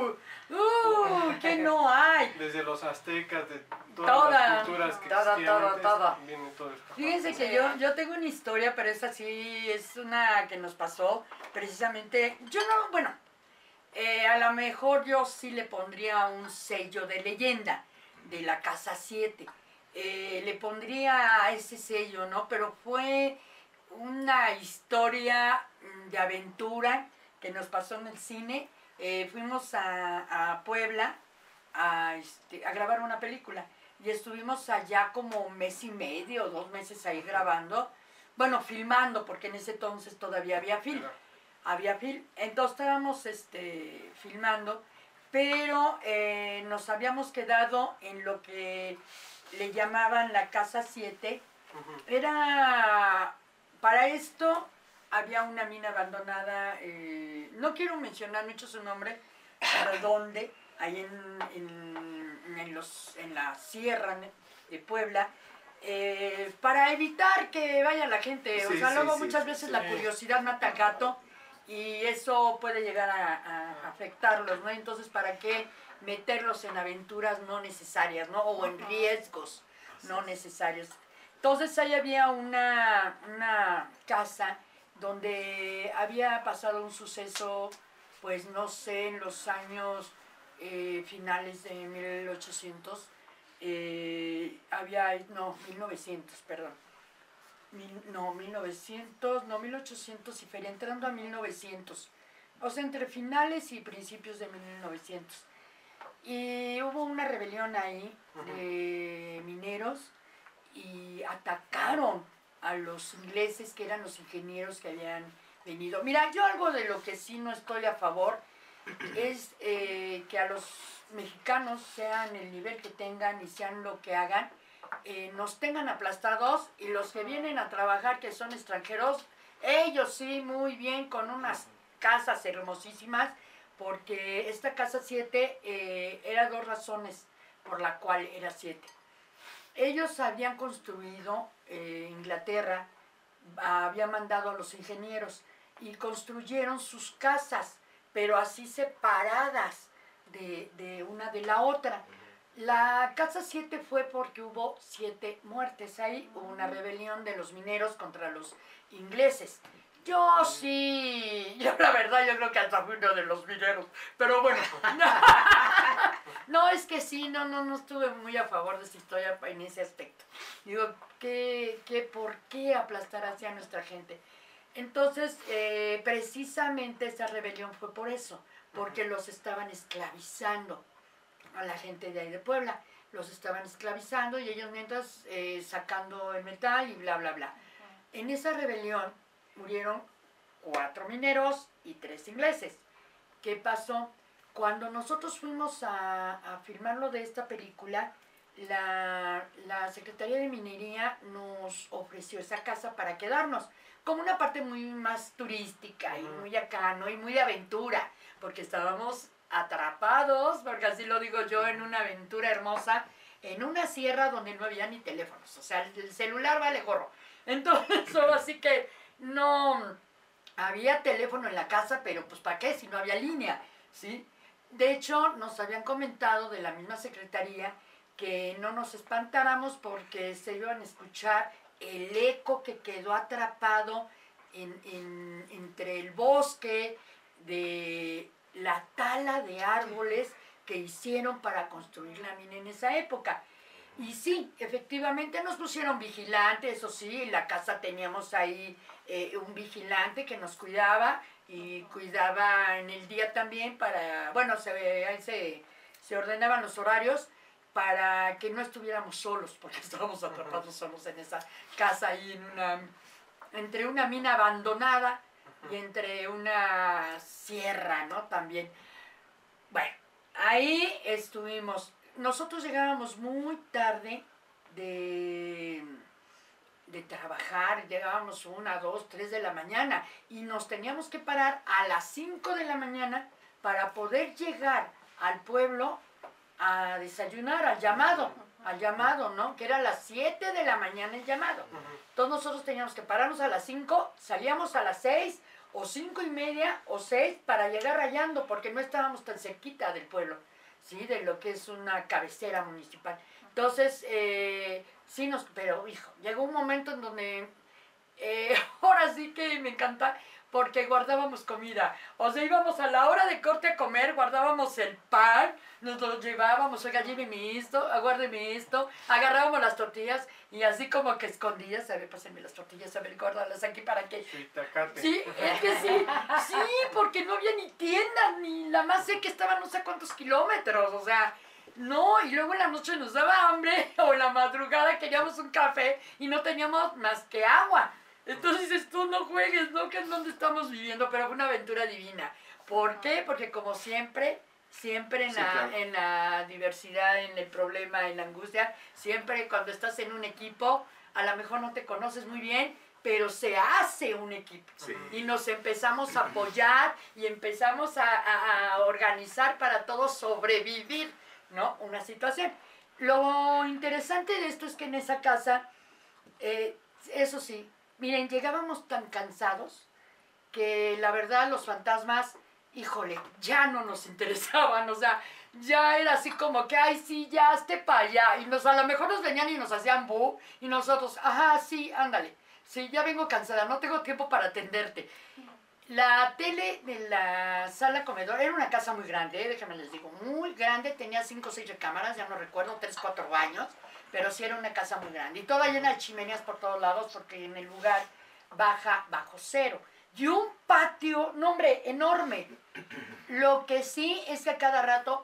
¡Uh! ¡Que no hay! Desde los aztecas, de todas Toda, las culturas que todo, existían todo, antes, todo. viene todo esto. Fíjense que Sí. yo, yo tengo una historia, pero esa sí es una que nos pasó precisamente. Yo no, bueno, eh, a lo mejor yo sí le pondría un sello de leyenda de la Casa siete. Eh, le pondría ese sello, ¿no? Pero fue una historia mm, de aventura que nos pasó en el cine. Eh, fuimos a, a Puebla a, este, a grabar una película y estuvimos allá como un mes y medio, dos meses ahí grabando, bueno, filmando, porque en ese entonces todavía había film, Claro. había film, entonces estábamos este, filmando, pero eh, nos habíamos quedado en lo que le llamaban la Casa siete. Ujú. Era, para esto había una mina abandonada, eh, no quiero mencionar mucho su nombre, pero dónde, ahí en, en, en los, en la sierra de Puebla, eh, para evitar que vaya la gente. O Sí, sea, sí, luego sí, muchas sí, veces sí. la curiosidad mata al gato y eso puede llegar a, a afectarlos, ¿no? Entonces, ¿para qué meterlos en aventuras no necesarias, ¿no? O en Ajá. riesgos no necesarios. Entonces ahí había una, una casa donde había pasado un suceso, pues no sé, en los años eh, finales de mil ochocientos, eh, había, no, mil novecientos, perdón, Mil- no, mil novecientos, no, mil ochocientos y feria, entrando a mil novecientos, o sea, entre finales y principios de mil novecientos. Y hubo una rebelión ahí de mineros y atacaron a los ingleses, que eran los ingenieros que habían venido. Mira, yo algo de lo que sí no estoy a favor es eh, que a los mexicanos, sean el nivel que tengan y sean lo que hagan, eh, nos tengan aplastados, y los que vienen a trabajar, que son extranjeros, ellos sí, muy bien, con unas casas hermosísimas, porque esta Casa siete eh, era dos razones por la cual era siete. Ellos habían construido, eh, Inglaterra había mandado a los ingenieros y construyeron sus casas pero así separadas de, de una de la otra. La casa siete fue porque hubo siete muertes ahí, hubo una rebelión de los mineros contra los ingleses. Yo sí, yo la verdad yo creo que hasta fui uno de los mineros, pero bueno. No, es que sí, no, no, no estuve muy a favor de esa historia en ese aspecto. Digo, ¿qué, qué, por qué aplastar hacia nuestra gente? Entonces, eh, precisamente esa rebelión fue por eso, porque los estaban esclavizando a la gente de ahí de Puebla. Los estaban esclavizando y ellos mientras eh, sacando el metal y bla, bla, bla. En esa rebelión murieron cuatro mineros y tres ingleses. ¿Qué pasó? Cuando nosotros fuimos a, a filmar lo de esta película, la, la Secretaría de Minería nos ofreció esa casa para quedarnos, como una parte muy más turística y muy acá, ¿no? Y muy de aventura, porque estábamos atrapados, porque así lo digo yo, en una aventura hermosa, en una sierra donde no había ni teléfonos, o sea, el celular vale gorro. Entonces, así que no había teléfono en la casa, pero pues ¿para qué? Si no había línea, ¿sí? De hecho, nos habían comentado de la misma secretaría que no nos espantáramos porque se iban a escuchar el eco que quedó atrapado en, en, entre el bosque de la tala de árboles que hicieron para construir la mina en esa época. Y sí, efectivamente nos pusieron vigilantes, eso sí, en la casa teníamos ahí eh, un vigilante que nos cuidaba y cuidaba en el día también para, bueno, se, ahí se, se ordenaban los horarios para que no estuviéramos solos, porque estábamos atrapados solos en esa casa ahí en una, entre una mina abandonada y entre una sierra, ¿no? También. Bueno, ahí estuvimos. Nosotros llegábamos muy tarde de, de trabajar, llegábamos una, dos, tres de la mañana y nos teníamos que parar a las cinco de la mañana para poder llegar al pueblo a desayunar, al llamado, al llamado, ¿no? Que era a las siete de la mañana el llamado. Entonces nosotros teníamos que pararnos a las cinco, salíamos a las seis o cinco y media o seis para llegar rayando porque no estábamos tan cerquita del pueblo, ¿sí? De lo que es una cabecera municipal. Entonces, eh, sí nos, pero hijo, llegó un momento en donde, eh, ahora sí que me encanta, porque guardábamos comida. O sea, íbamos a la hora de corte a comer, guardábamos el pan, nos lo llevábamos, oiga, lléveme esto, aguárdeme esto, agarrábamos las tortillas y así como que escondidas, a ver, pásenme las tortillas, a ver, guárdalas aquí para que... Sí, tacate. Sí, es que sí, sí, porque no había ni tiendas, ni la más sé que estaba no sé cuántos kilómetros, o sea, no, y luego en la noche nos daba hambre, o en la madrugada queríamos un café y no teníamos más que agua. Entonces dices, tú no juegues, ¿no? Que es donde estamos viviendo, pero fue una aventura divina. ¿Por qué? Porque como siempre, siempre en, Sí, la, claro. en la diversidad, en el problema, en la angustia, siempre cuando estás en un equipo, a lo mejor no te conoces muy bien, pero se hace un equipo. Sí. Y nos empezamos a apoyar y empezamos a, a, a organizar para todos sobrevivir, ¿no? Una situación. Lo interesante de esto es que en esa casa, eh, eso sí, miren, llegábamos tan cansados que la verdad los fantasmas, híjole, ya no nos interesaban, o sea, ya era así como que, ay, sí, ya, esté para allá, y nos, a lo mejor nos venían y nos hacían bu, y nosotros, ajá, sí, ándale, sí, ya vengo cansada, no tengo tiempo para atenderte. La tele de la sala comedor era una casa muy grande, ¿eh? Déjenme les digo, muy grande, tenía cinco o seis recámaras, ya no recuerdo, tres, cuatro baños, pero sí era una casa muy grande. Y toda llena de chimeneas por todos lados, porque en el lugar baja bajo cero. Y un patio, no hombre, enorme. Lo que sí es que a cada rato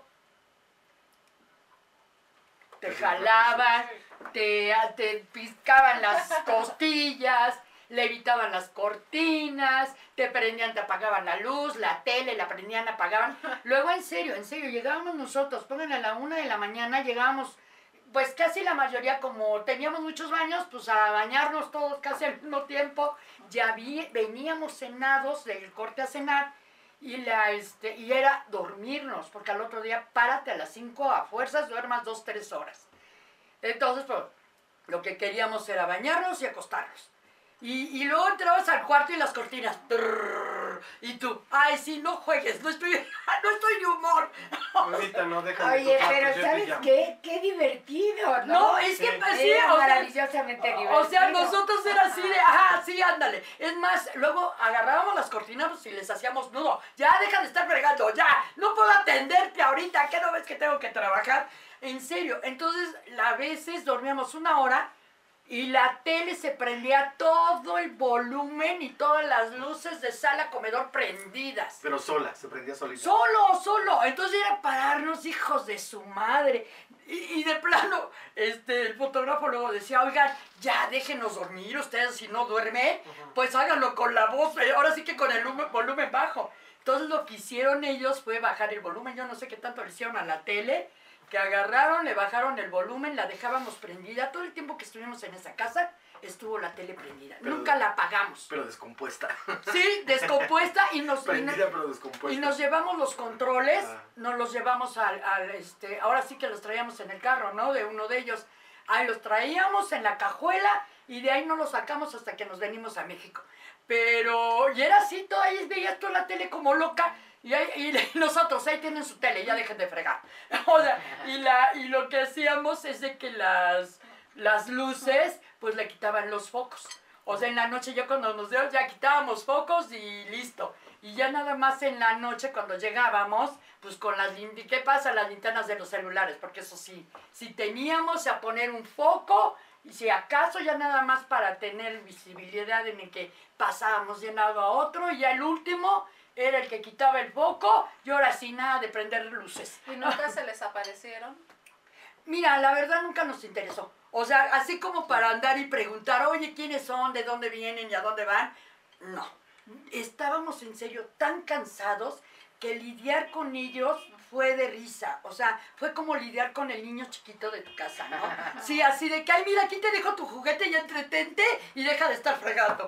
te jalaban, te, te piscaban las costillas, le evitaban las cortinas, te prendían, te apagaban la luz, la tele, la prendían, apagaban. Luego, en serio, en serio, llegábamos nosotros, pongan a la una de la mañana, llegábamos, pues casi la mayoría, como teníamos muchos baños, pues a bañarnos todos casi al mismo tiempo. Ya vi, veníamos cenados del corte a cenar y, la, este, y era dormirnos, porque al otro día párate a las cinco a fuerzas, duermas dos, tres horas. Entonces, pues, lo que queríamos era bañarnos y acostarnos. Y, y luego entrabas al cuarto y las cortinas. Trrr, Y tú, ay, sí, no juegues, no estoy, no estoy de humor. Ahorita no dejan de Oye, tocar, pero pues yo te ¿sabes llamo. qué? Qué divertido, ¿no? No, es que Sí. sí, Era o sea, maravillosamente divertido. o sea, nosotros era así de, ajá, sí, ándale. Es más, luego agarrábamos las cortinas y les hacíamos nudo. Ya, deja de estar fregando, ya, no puedo atenderte ahorita, ¿qué no ves que tengo que trabajar? En serio, entonces a veces dormíamos una hora y la tele se prendía todo el volumen y todas las luces de sala comedor prendidas. Pero sola, se prendía solita. Solo, solo. Entonces era pararnos, hijos de su madre. Y, y de plano, este, el fotógrafo luego decía, oigan, ya déjenos dormir, ustedes si no duermen, pues háganlo con la voz, eh, ahora sí que con el lume- volumen bajo. Entonces lo que hicieron ellos fue bajar el volumen, yo no sé qué tanto le hicieron a la tele, que agarraron, le bajaron el volumen, la dejábamos prendida. Todo el tiempo que estuvimos en esa casa, estuvo la tele prendida. Pero- Nunca la apagamos. Pero descompuesta. Sí, descompuesta y nos... y nos- Prendida pero descompuesta. y nos llevamos los controles, Ah. nos los llevamos al, al, este, ahora sí que los traíamos en el carro, ¿no? De uno de ellos. Ahí los traíamos en la cajuela y de ahí no los sacamos hasta que nos venimos a México. Pero, y era así, todo ahí veías toda la tele como loca y, ahí, y nosotros, ahí tienen su tele, ya dejen de fregar. O sea, y, la, y lo que hacíamos es de que las, las luces, pues le quitaban los focos. O sea, en la noche ya cuando nos dio, ya quitábamos focos y listo. Y ya nada más en la noche cuando llegábamos, pues con las linternas, ¿qué pasa? Las linternas de los celulares, porque eso sí, si teníamos a poner un foco, y si acaso ya nada más para tener visibilidad en el que pasábamos de un lado a otro, y ya el último era el que quitaba el foco, y ahora sí nada de prender luces. ¿Y nunca se les aparecieron? Mira, la verdad nunca nos interesó. O sea, así como para andar y preguntar, oye, ¿quiénes son? ¿De dónde vienen? ¿Y a dónde van? No. Estábamos en serio tan cansados que lidiar con ellos fue de risa. O sea, fue como lidiar con el niño chiquito de tu casa, ¿no? Sí, así de que, ay, mira, aquí te dejo tu juguete y entretente y deja de estar fregando.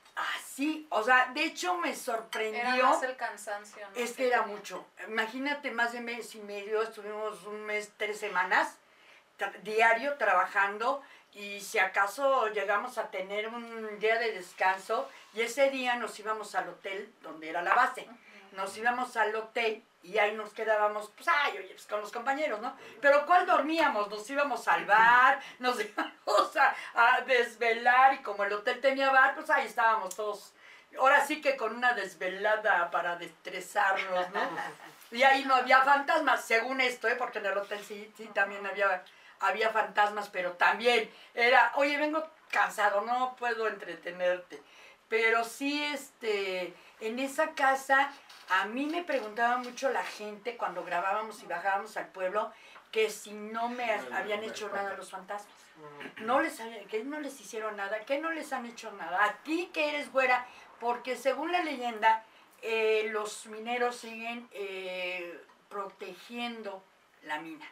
Así, o sea, de hecho me sorprendió. Era más el cansancio, ¿no? Es que era mucho. Imagínate, más de mes y medio, estuvimos un mes, tres semanas, tra- diario trabajando, y si acaso llegamos a tener un día de descanso, y ese día nos íbamos al hotel donde era la base. Nos íbamos al hotel y ahí nos quedábamos, pues, ay, oye, pues con los compañeros, ¿no? Pero ¿cuál dormíamos? Nos íbamos al bar, nos íbamos a, a desvelar, y como el hotel tenía bar, pues ahí estábamos todos. Ahora sí que con una desvelada para destresarnos, ¿no? Y ahí no había fantasmas, según esto, ¿eh? Porque en el hotel sí, sí también había, había fantasmas, pero también era, oye, vengo cansado, no puedo entretenerte. Pero sí, este, en esa casa, a mí me preguntaba mucho la gente cuando grabábamos y bajábamos al pueblo, que si no me habían hecho nada los fantasmas. No les había- que no les hicieron nada, que no les han hecho nada. A ti que eres güera, porque según la leyenda, eh, los mineros siguen eh, protegiendo la mina.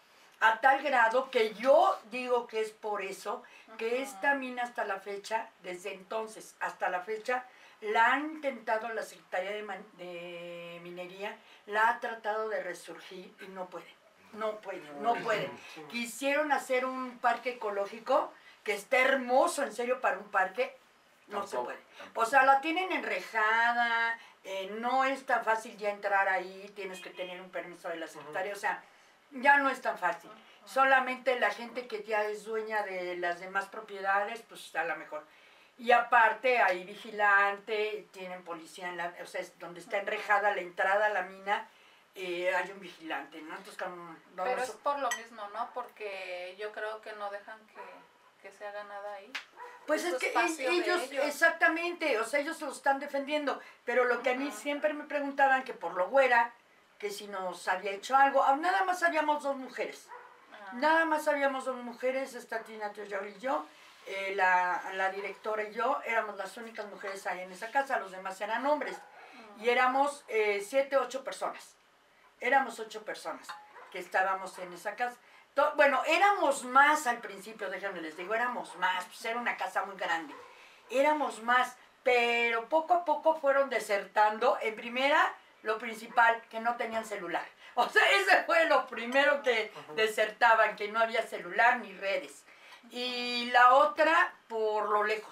A tal grado que yo digo que es por eso que esta mina hasta la fecha, desde entonces hasta la fecha, la han intentado la Secretaría de, Man- de Minería, la ha tratado de resurgir y no puede. No puede, no puede. Quisieron hacer un parque ecológico que está hermoso, en serio, para un parque, no se Tampoco, puede. tampoco. O sea, la tienen enrejada, eh, no es tan fácil ya entrar ahí, tienes que tener un permiso de la secretaria, o sea, ya no es tan fácil. Solamente la gente que ya es dueña de las demás propiedades, pues está a la mejor. Y aparte hay vigilante, tienen policía, en la, o sea, es donde está enrejada la entrada a la mina, eh, hay un vigilante, ¿no? Entonces, como, no, Pero no es so- por lo mismo, ¿no? Porque yo creo que no dejan que, que se haga nada ahí. Pues es su que espacio de ellos, ellos. exactamente, o sea, ellos lo están defendiendo, pero lo que a mí Ajá. siempre me preguntaban, que por lo güera, que si nos había hecho algo, ah, nada más habíamos dos mujeres, Ah, nada más habíamos dos mujeres, esta Tina Teoyol y yo, eh, la, la directora y yo, éramos las únicas mujeres ahí en esa casa, los demás eran hombres, y éramos eh, siete, ocho personas, éramos ocho personas que estábamos en esa casa. To- Bueno, éramos más al principio, déjenme les digo, éramos más, pues era una casa muy grande. Éramos más, pero poco a poco fueron desertando. En primera, lo principal, que no tenían celular. O sea, ese fue lo primero que desertaban, que no había celular ni redes. Y la otra, por lo lejos.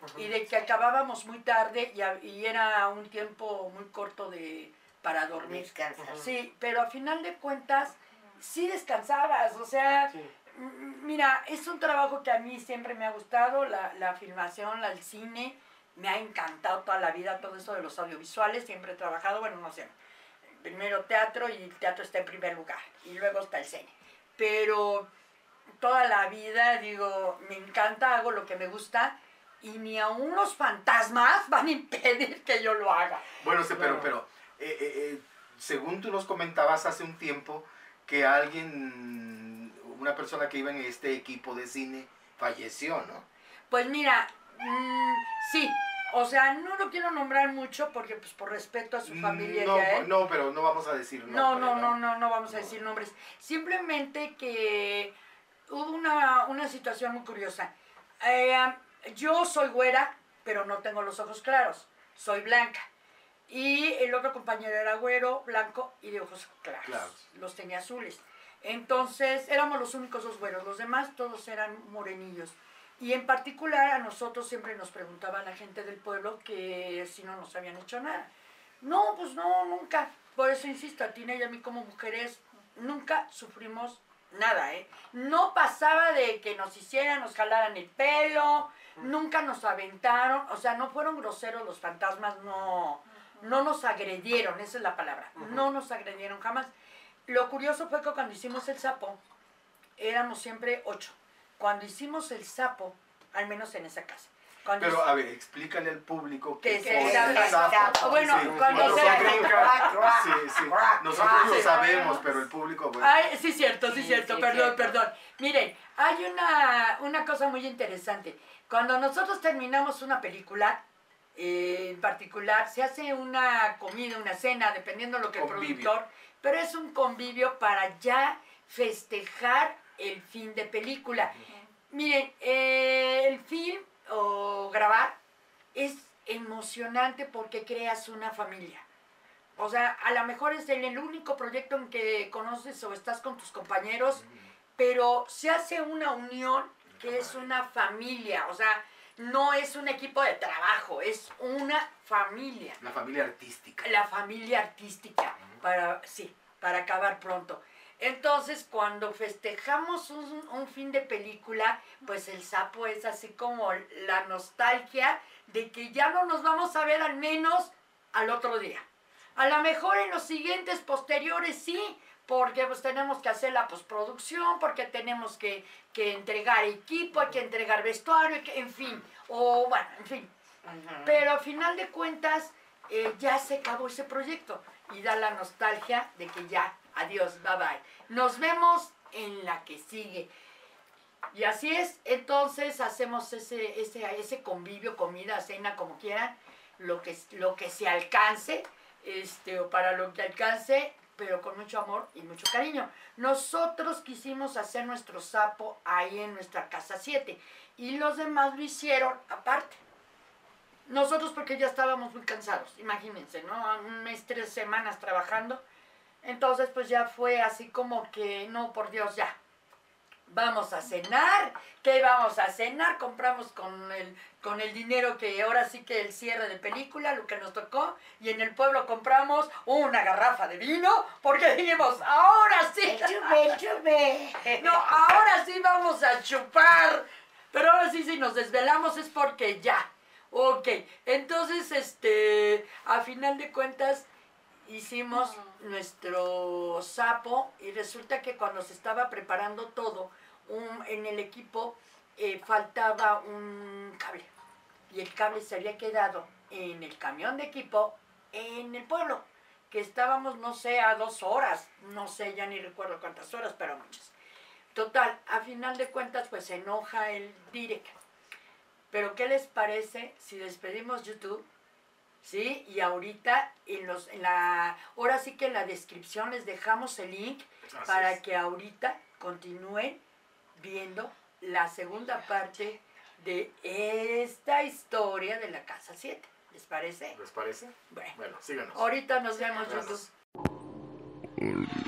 y de que acabábamos muy tarde y, a- y era un tiempo muy corto de para dormir. Descansar. Sí, pero a final de cuentas sí descansabas, o sea, Sí. m- mira, es un trabajo que a mí siempre me ha gustado, la, la filmación, la- el cine, me ha encantado toda la vida, todo eso de los audiovisuales, siempre he trabajado, bueno, no sé, primero teatro y el teatro está en primer lugar y luego está el cine, pero toda la vida, digo, me encanta, hago lo que me gusta y ni aun los fantasmas van a impedir que yo lo haga. Bueno, sí, pero, Claro. pero eh, eh, eh, según tú nos comentabas hace un tiempo que alguien, una persona que iba en este equipo de cine, falleció, ¿no? Pues mira, mm, sí, o sea, no lo quiero nombrar mucho porque pues por respeto a su familia no, y a él. no, pero no vamos a decir No, nombre, no, no, no, no vamos a No. decir nombres. Simplemente que hubo una, una situación muy curiosa. Eh, yo soy güera, pero no tengo los ojos claros. Soy blanca. Y el otro compañero era güero, blanco y de ojos claros. Claros. Los tenía azules. Entonces éramos los únicos dos güeros. Los demás todos eran morenillos. Y en particular a nosotros siempre nos preguntaba la gente del pueblo que si no nos habían hecho nada. No, pues no, nunca. Por eso insisto, a Tina y a mí como mujeres nunca sufrimos nada, ¿eh? No pasaba de que nos hicieran, nos jalaran el pelo, nunca nos aventaron, o sea, no fueron groseros los fantasmas, no, no nos agredieron, esa es la palabra, no nos agredieron jamás. Lo curioso fue que cuando hicimos el sapo, éramos siempre ocho. Cuando hicimos el sapo, al menos en esa casa. Cuando Pero a ver, explícale al público Que qué se cosa era es sapo. sapo. Bueno, Sí, cuando nosotros se- nunca- sí, sí, nosotros lo Sí. sabemos, pero el público, bueno, Ay, sí, cierto, sí, Sí, cierto, sí, perdón, cierto. perdón. Miren, hay una, una cosa muy interesante. Cuando nosotros terminamos una película, eh, en particular, se hace una comida, una cena, dependiendo de lo que el Convivio. productor, pero es un convivio para ya festejar el fin de película. Miren, eh, el film o grabar es emocionante porque creas una familia. O sea, a lo mejor es el, el único proyecto en que conoces o estás con tus compañeros, pero se hace una unión que es una familia. O sea, no es un equipo de trabajo, es una familia. la familia artística. La familia artística, para, sí, para acabar pronto. Entonces, cuando festejamos un, un fin de película, pues el sapo es así como la nostalgia de que ya no nos vamos a ver al menos al otro día. A lo mejor en los siguientes posteriores sí, porque pues tenemos que hacer la postproducción, porque tenemos que, que entregar equipo, hay que entregar vestuario, hay que- en fin, o bueno, en fin. Pero a final de cuentas eh, ya se acabó ese proyecto y da la nostalgia de que ya, adiós, bye bye. Nos vemos en la que sigue. Y así es, entonces hacemos ese, ese, ese convivio, comida, cena, como quieran, lo que, lo que se alcance, este, o para lo que alcance, pero con mucho amor y mucho cariño. Nosotros quisimos hacer nuestro sapo ahí en nuestra casa siete y los demás lo hicieron aparte. Nosotros porque ya estábamos muy cansados, imagínense, ¿no? Un mes, tres semanas trabajando. Entonces pues ya fue así como que, no, por Dios, ya. Vamos a cenar, ¿qué vamos a cenar? Compramos con el, con el dinero que ahora sí que el cierre de película, lo que nos tocó, y en el pueblo compramos una garrafa de vino, porque dijimos, ahora sí. El chupe, el chupe. No, ahora sí vamos a chupar. Pero ahora sí, si nos desvelamos es porque ya. Ok, entonces, este, a final de cuentas, hicimos nuestro sapo y resulta que cuando se estaba preparando todo, un- en el equipo eh, faltaba un cable. Y el cable se había quedado en el camión de equipo en el pueblo, que estábamos, no sé, a dos horas, no sé, ya ni recuerdo cuántas horas, pero muchas. Total, a final de cuentas, pues se enoja el direct. Pero ¿qué les parece si despedimos YouTube? ¿Sí? Y ahorita, en los, en la, ahora sí que en la descripción les dejamos el link Así para es. que ahorita continúen viendo la segunda parte de esta historia de la Casa siete. ¿Les parece? ¿Les parece? Bueno, Bueno, síganos. ahorita nos vemos, YouTube. Gracias.